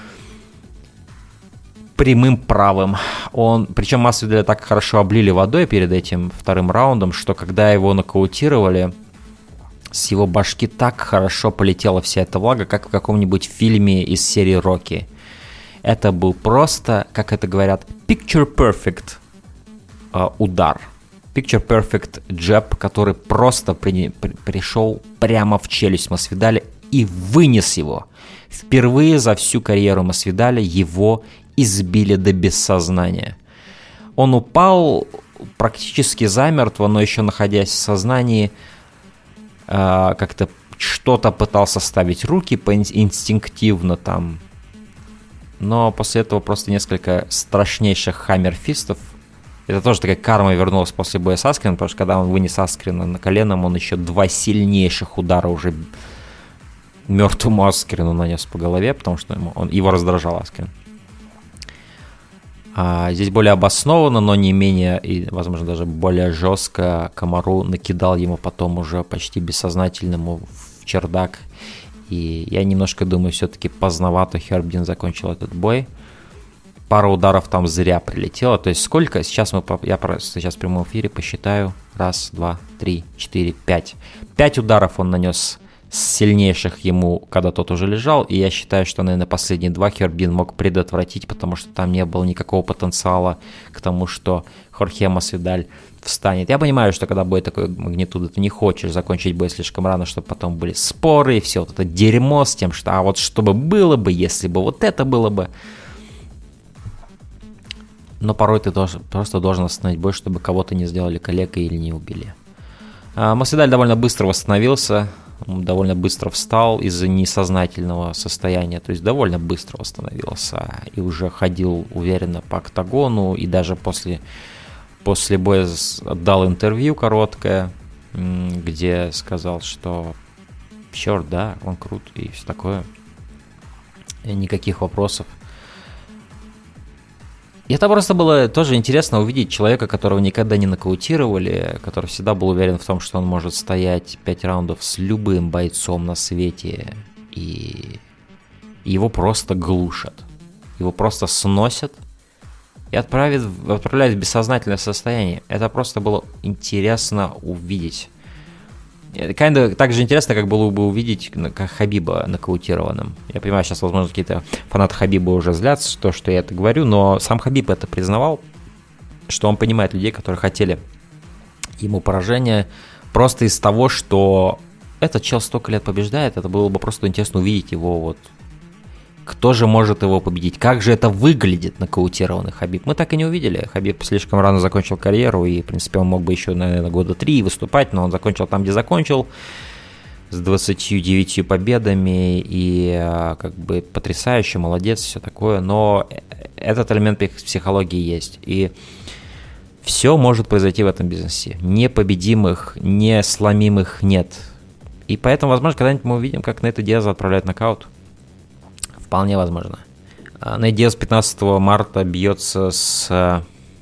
прямым правым. Он, причем Масвидаля так хорошо облили водой перед этим вторым раундом, что когда его нокаутировали, с его башки так хорошо полетела вся эта влага, как в каком-нибудь фильме из серии «Рокки». Это был просто, как это говорят, picture perfect э, удар. Picture perfect джеб, который просто при, при, пришел прямо в челюсть Масвидаля и вынес его. Впервые за всю карьеру Масвидаля его избили до бессознания. Он упал практически замертво, но еще находясь в сознании, как-то что-то пытался ставить руки инстинктивно там, но после этого просто несколько страшнейших хаммерфистов. Это тоже такая карма вернулась после боя с Аскреном, потому что когда он вынес Аскрена на коленом, он еще два сильнейших удара уже мертвому Аскрену нанес по голове, потому что ему, он, его раздражал Аскрен. А здесь более обоснованно, но не менее, и, возможно, даже более жестко Камару накидал ему потом уже почти бессознательному в чердак. И я немножко думаю, все-таки поздновато Херб Дин закончил этот бой. Пара ударов там зря прилетело. То есть сколько? Сейчас мы, я просто сейчас в прямом эфире посчитаю. Раз, два, три, четыре, пять. Пять ударов он нанес сильнейших ему, когда тот уже лежал, и я считаю, что, наверное, последние два Херб Дин мог предотвратить, потому что там не было никакого потенциала к тому, что Хорхе Масвидаль встанет. Я понимаю, что когда бой такой магнитуды, ты не хочешь закончить бой слишком рано, чтобы потом были споры и все вот это дерьмо с тем, что а вот что бы было бы, если бы вот это было бы. Но порой ты должен, просто должен остановить бой, чтобы кого-то не сделали калекой или не убили. А Масвидаль довольно быстро восстановился, довольно быстро встал из-за несознательного состояния, то есть довольно быстро восстановился и уже ходил уверенно по октагону, и даже после, после боя дал интервью короткое, где сказал, что черт, да, он крут и все такое, и никаких вопросов. И это просто было тоже интересно увидеть человека, которого никогда не нокаутировали, который всегда был уверен в том, что он может стоять пять раундов с любым бойцом на свете, и его просто глушат, его просто сносят и отправят, отправляют в бессознательное состояние. Это просто было интересно увидеть. Kinda так же интересно, как было бы увидеть как Хабиба нокаутированным. Я понимаю, сейчас, возможно, какие-то фанаты Хабиба уже злятся, то, что я это говорю, но сам Хабиб это признавал, что он понимает людей, которые хотели ему поражения, просто из того, что этот чел столько лет побеждает, это было бы просто интересно увидеть его вот Кто же может его победить? Как же это выглядит нокаутированный Хабиб? Мы так и не увидели. Хабиб слишком рано закончил карьеру, и, в принципе, он мог бы еще, наверное, года три выступать, но он закончил там, где закончил, с двадцатью девятью победами, и как бы потрясающе, молодец, все такое, но этот элемент психологии есть, и все может произойти в этом бизнесе. Непобедимых, несломимых нет. И поэтому, возможно, когда-нибудь мы увидим, как Нейта Диаза отправляет нокаут. Вполне возможно. Нейт Диаз пятнадцатого марта бьется с,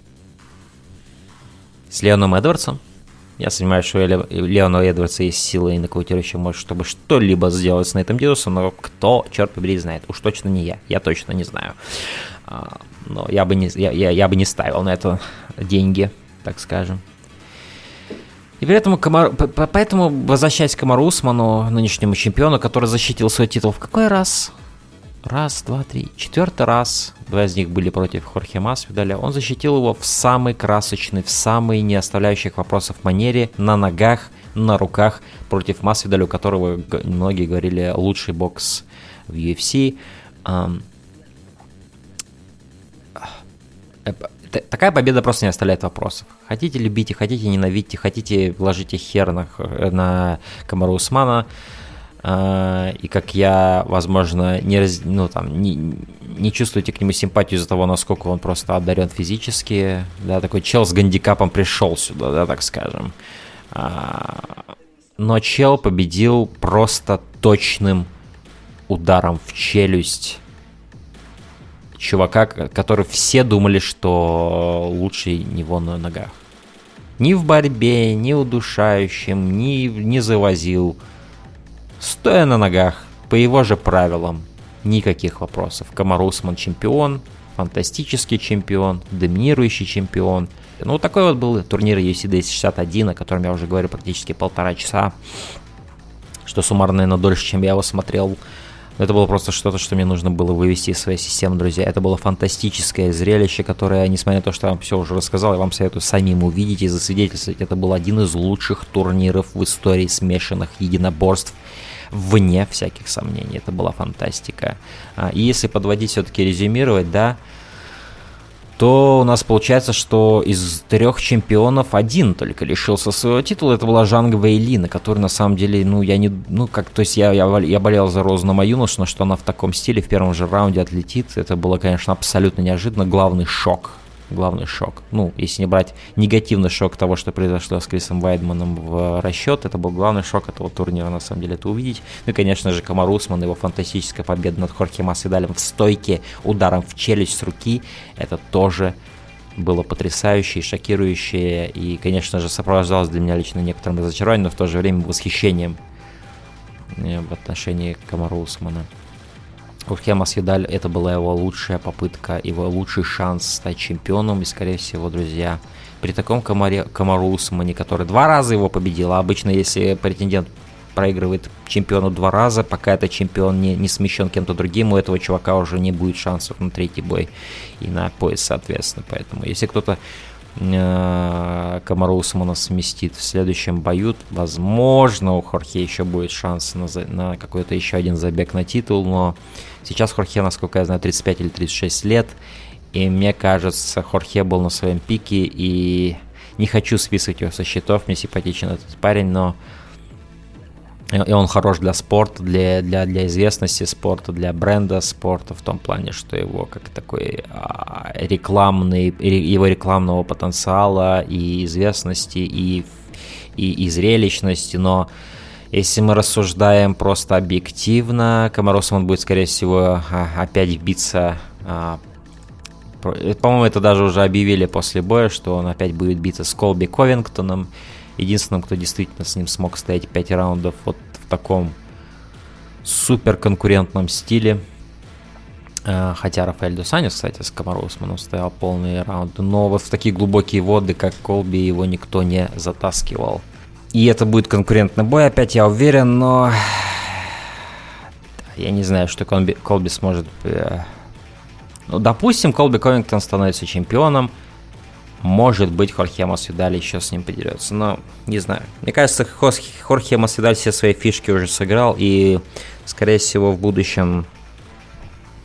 с Леоном Эдвардсом. Я сомневаюсь, что у Леона Эдвардса есть силы и нокаутирующие мощь, чтобы что-либо сделать с Нейтом Диазом, но кто, черт побери, знает. Уж точно не я. Я точно не знаю. Но я бы не, я, я, я бы не ставил на это деньги, так скажем. И при этом, поэтому, возвращаясь к Камару Усману, нынешнему чемпиону, который защитил свой титул в какой раз? Раз, два, три, четвертый раз. Два из них были против Хорхе Масвидаля. Он защитил его в самой красочной, в самой не оставляющих вопросов манере, на ногах, на руках, против Масвидаля, у которого многие говорили лучший бокс в ю эф си. Такая победа просто не оставляет вопросов. Хотите любите, хотите ненавидьте, хотите вложите хер на, на Камару Усмана. И как я, возможно, не, раз, ну, там, не, не чувствуете к нему симпатию из-за того, насколько он просто одарен физически. Да, такой чел с гандикапом пришел сюда, да, так скажем. Но чел победил просто точным ударом в челюсть чувака, который все думали, что лучше него на ногах. Ни в борьбе, ни удушающим, ни не завозил. Стоя на ногах, по его же правилам, никаких вопросов. Камару Усман чемпион, фантастический чемпион, доминирующий чемпион. Ну, такой вот был турнир ю эф си двести шестьдесят один, о котором я уже говорю практически полтора часа. Что суммарно, наверное, дольше, чем я его смотрел. Это было просто что-то, что мне нужно было вывести из своей системы, друзья. Это было фантастическое зрелище, которое, несмотря на то, что я вам все уже рассказал, я вам советую самим увидеть и засвидетельствовать. Это был один из лучших турниров в истории смешанных единоборств, вне всяких сомнений. Это была фантастика. И если подводить, все-таки резюмировать, да, то у нас получается, что из трех чемпионов один только лишился своего титула. Это была Жанг Вэйлин, который на самом деле, ну, я не, ну, как, то есть я, я, я болел за Розу Намаюнус, но что она в таком стиле в первом же раунде отлетит, это было, конечно, абсолютно неожиданно. Главный шок. Главный шок. Ну, если не брать негативный шок того, что произошло с Крисом Вайдманом в расчет, это был главный шок этого турнира, на самом деле, это увидеть. Ну и, конечно же, Камару Усман, его фантастическая победа над Хорхе Масвидалем в стойке, ударом в челюсть с руки, это тоже было потрясающе и шокирующе, и, конечно же, сопровождалось для меня лично некоторым разочарованием, но в то же время восхищением в отношении Камару Усмана. Хорхе Масвидаль, это была его лучшая попытка, его лучший шанс стать чемпионом, и, скорее всего, друзья, при таком Камаре, Камару Усмане, который два раза его победил, а обычно, если претендент проигрывает чемпиону два раза, пока этот чемпион не, не смещен кем-то другим, у этого чувака уже не будет шансов на третий бой и на пояс, соответственно. Поэтому, если кто-то э, Камару Усмана сместит в следующем бою, возможно, у Хорхе еще будет шанс на, на какой-то еще один забег на титул, но сейчас Хорхе, насколько я знаю, тридцать пять или тридцать шесть лет, и мне кажется, Хорхе был на своем пике, и не хочу списывать его со счетов, мне симпатичен этот парень, но и он хорош для спорта, для, для, для известности спорта, для бренда спорта, в том плане, что его как такой а, рекламный, его рекламного потенциала и известности, и, и, и зрелищности, но если мы рассуждаем просто объективно, Камару Усман будет, скорее всего, опять биться. По-моему, это даже уже объявили после боя, что он опять будет биться с Колби Ковингтоном. Единственным, кто действительно с ним смог стоять пять раундов вот в таком супер конкурентном стиле. Хотя Рафаэль дос Аньос, кстати, с Камару Усманом стоял полные раунды. Но вот в такие глубокие воды, как Колби, его никто не затаскивал. И это будет конкурентный бой, опять я уверен, но я не знаю, что Колби, Колби сможет... Ну, допустим, Колби Ковингтон становится чемпионом. Может быть, Хорхе Масвидаль еще с ним подерется, но не знаю. Мне кажется, Хорхе Масвидаль все свои фишки уже сыграл, и, скорее всего, в будущем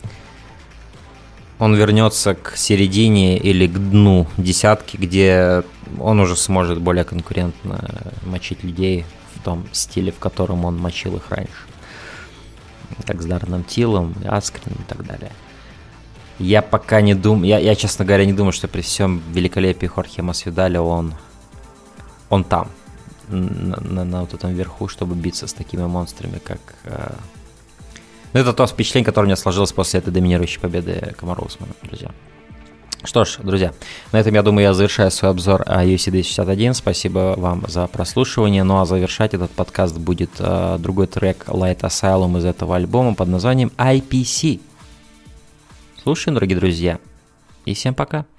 он вернется к середине или к дну десятки, где он уже сможет более конкурентно мочить людей в том стиле, в котором он мочил их раньше. Так с Дарреном Тиллом, Аскрен и так далее. Я пока не думаю, я, я, честно говоря, не думаю, что при всем великолепии Хорхе Масвидаля он, он там, на, на, на вот этом верху, чтобы биться с такими монстрами, как... Э... Ну, это то впечатление, которое у меня сложилось после этой доминирующей победы Камара Усмана, друзья. Что ж, друзья, на этом, я думаю, я завершаю свой обзор ю эф си двести шестьдесят один. Спасибо вам за прослушивание. Ну а завершать этот подкаст будет э, другой трек Light Asylum из этого альбома под названием ай пи си. Слушаем, дорогие друзья, и всем пока.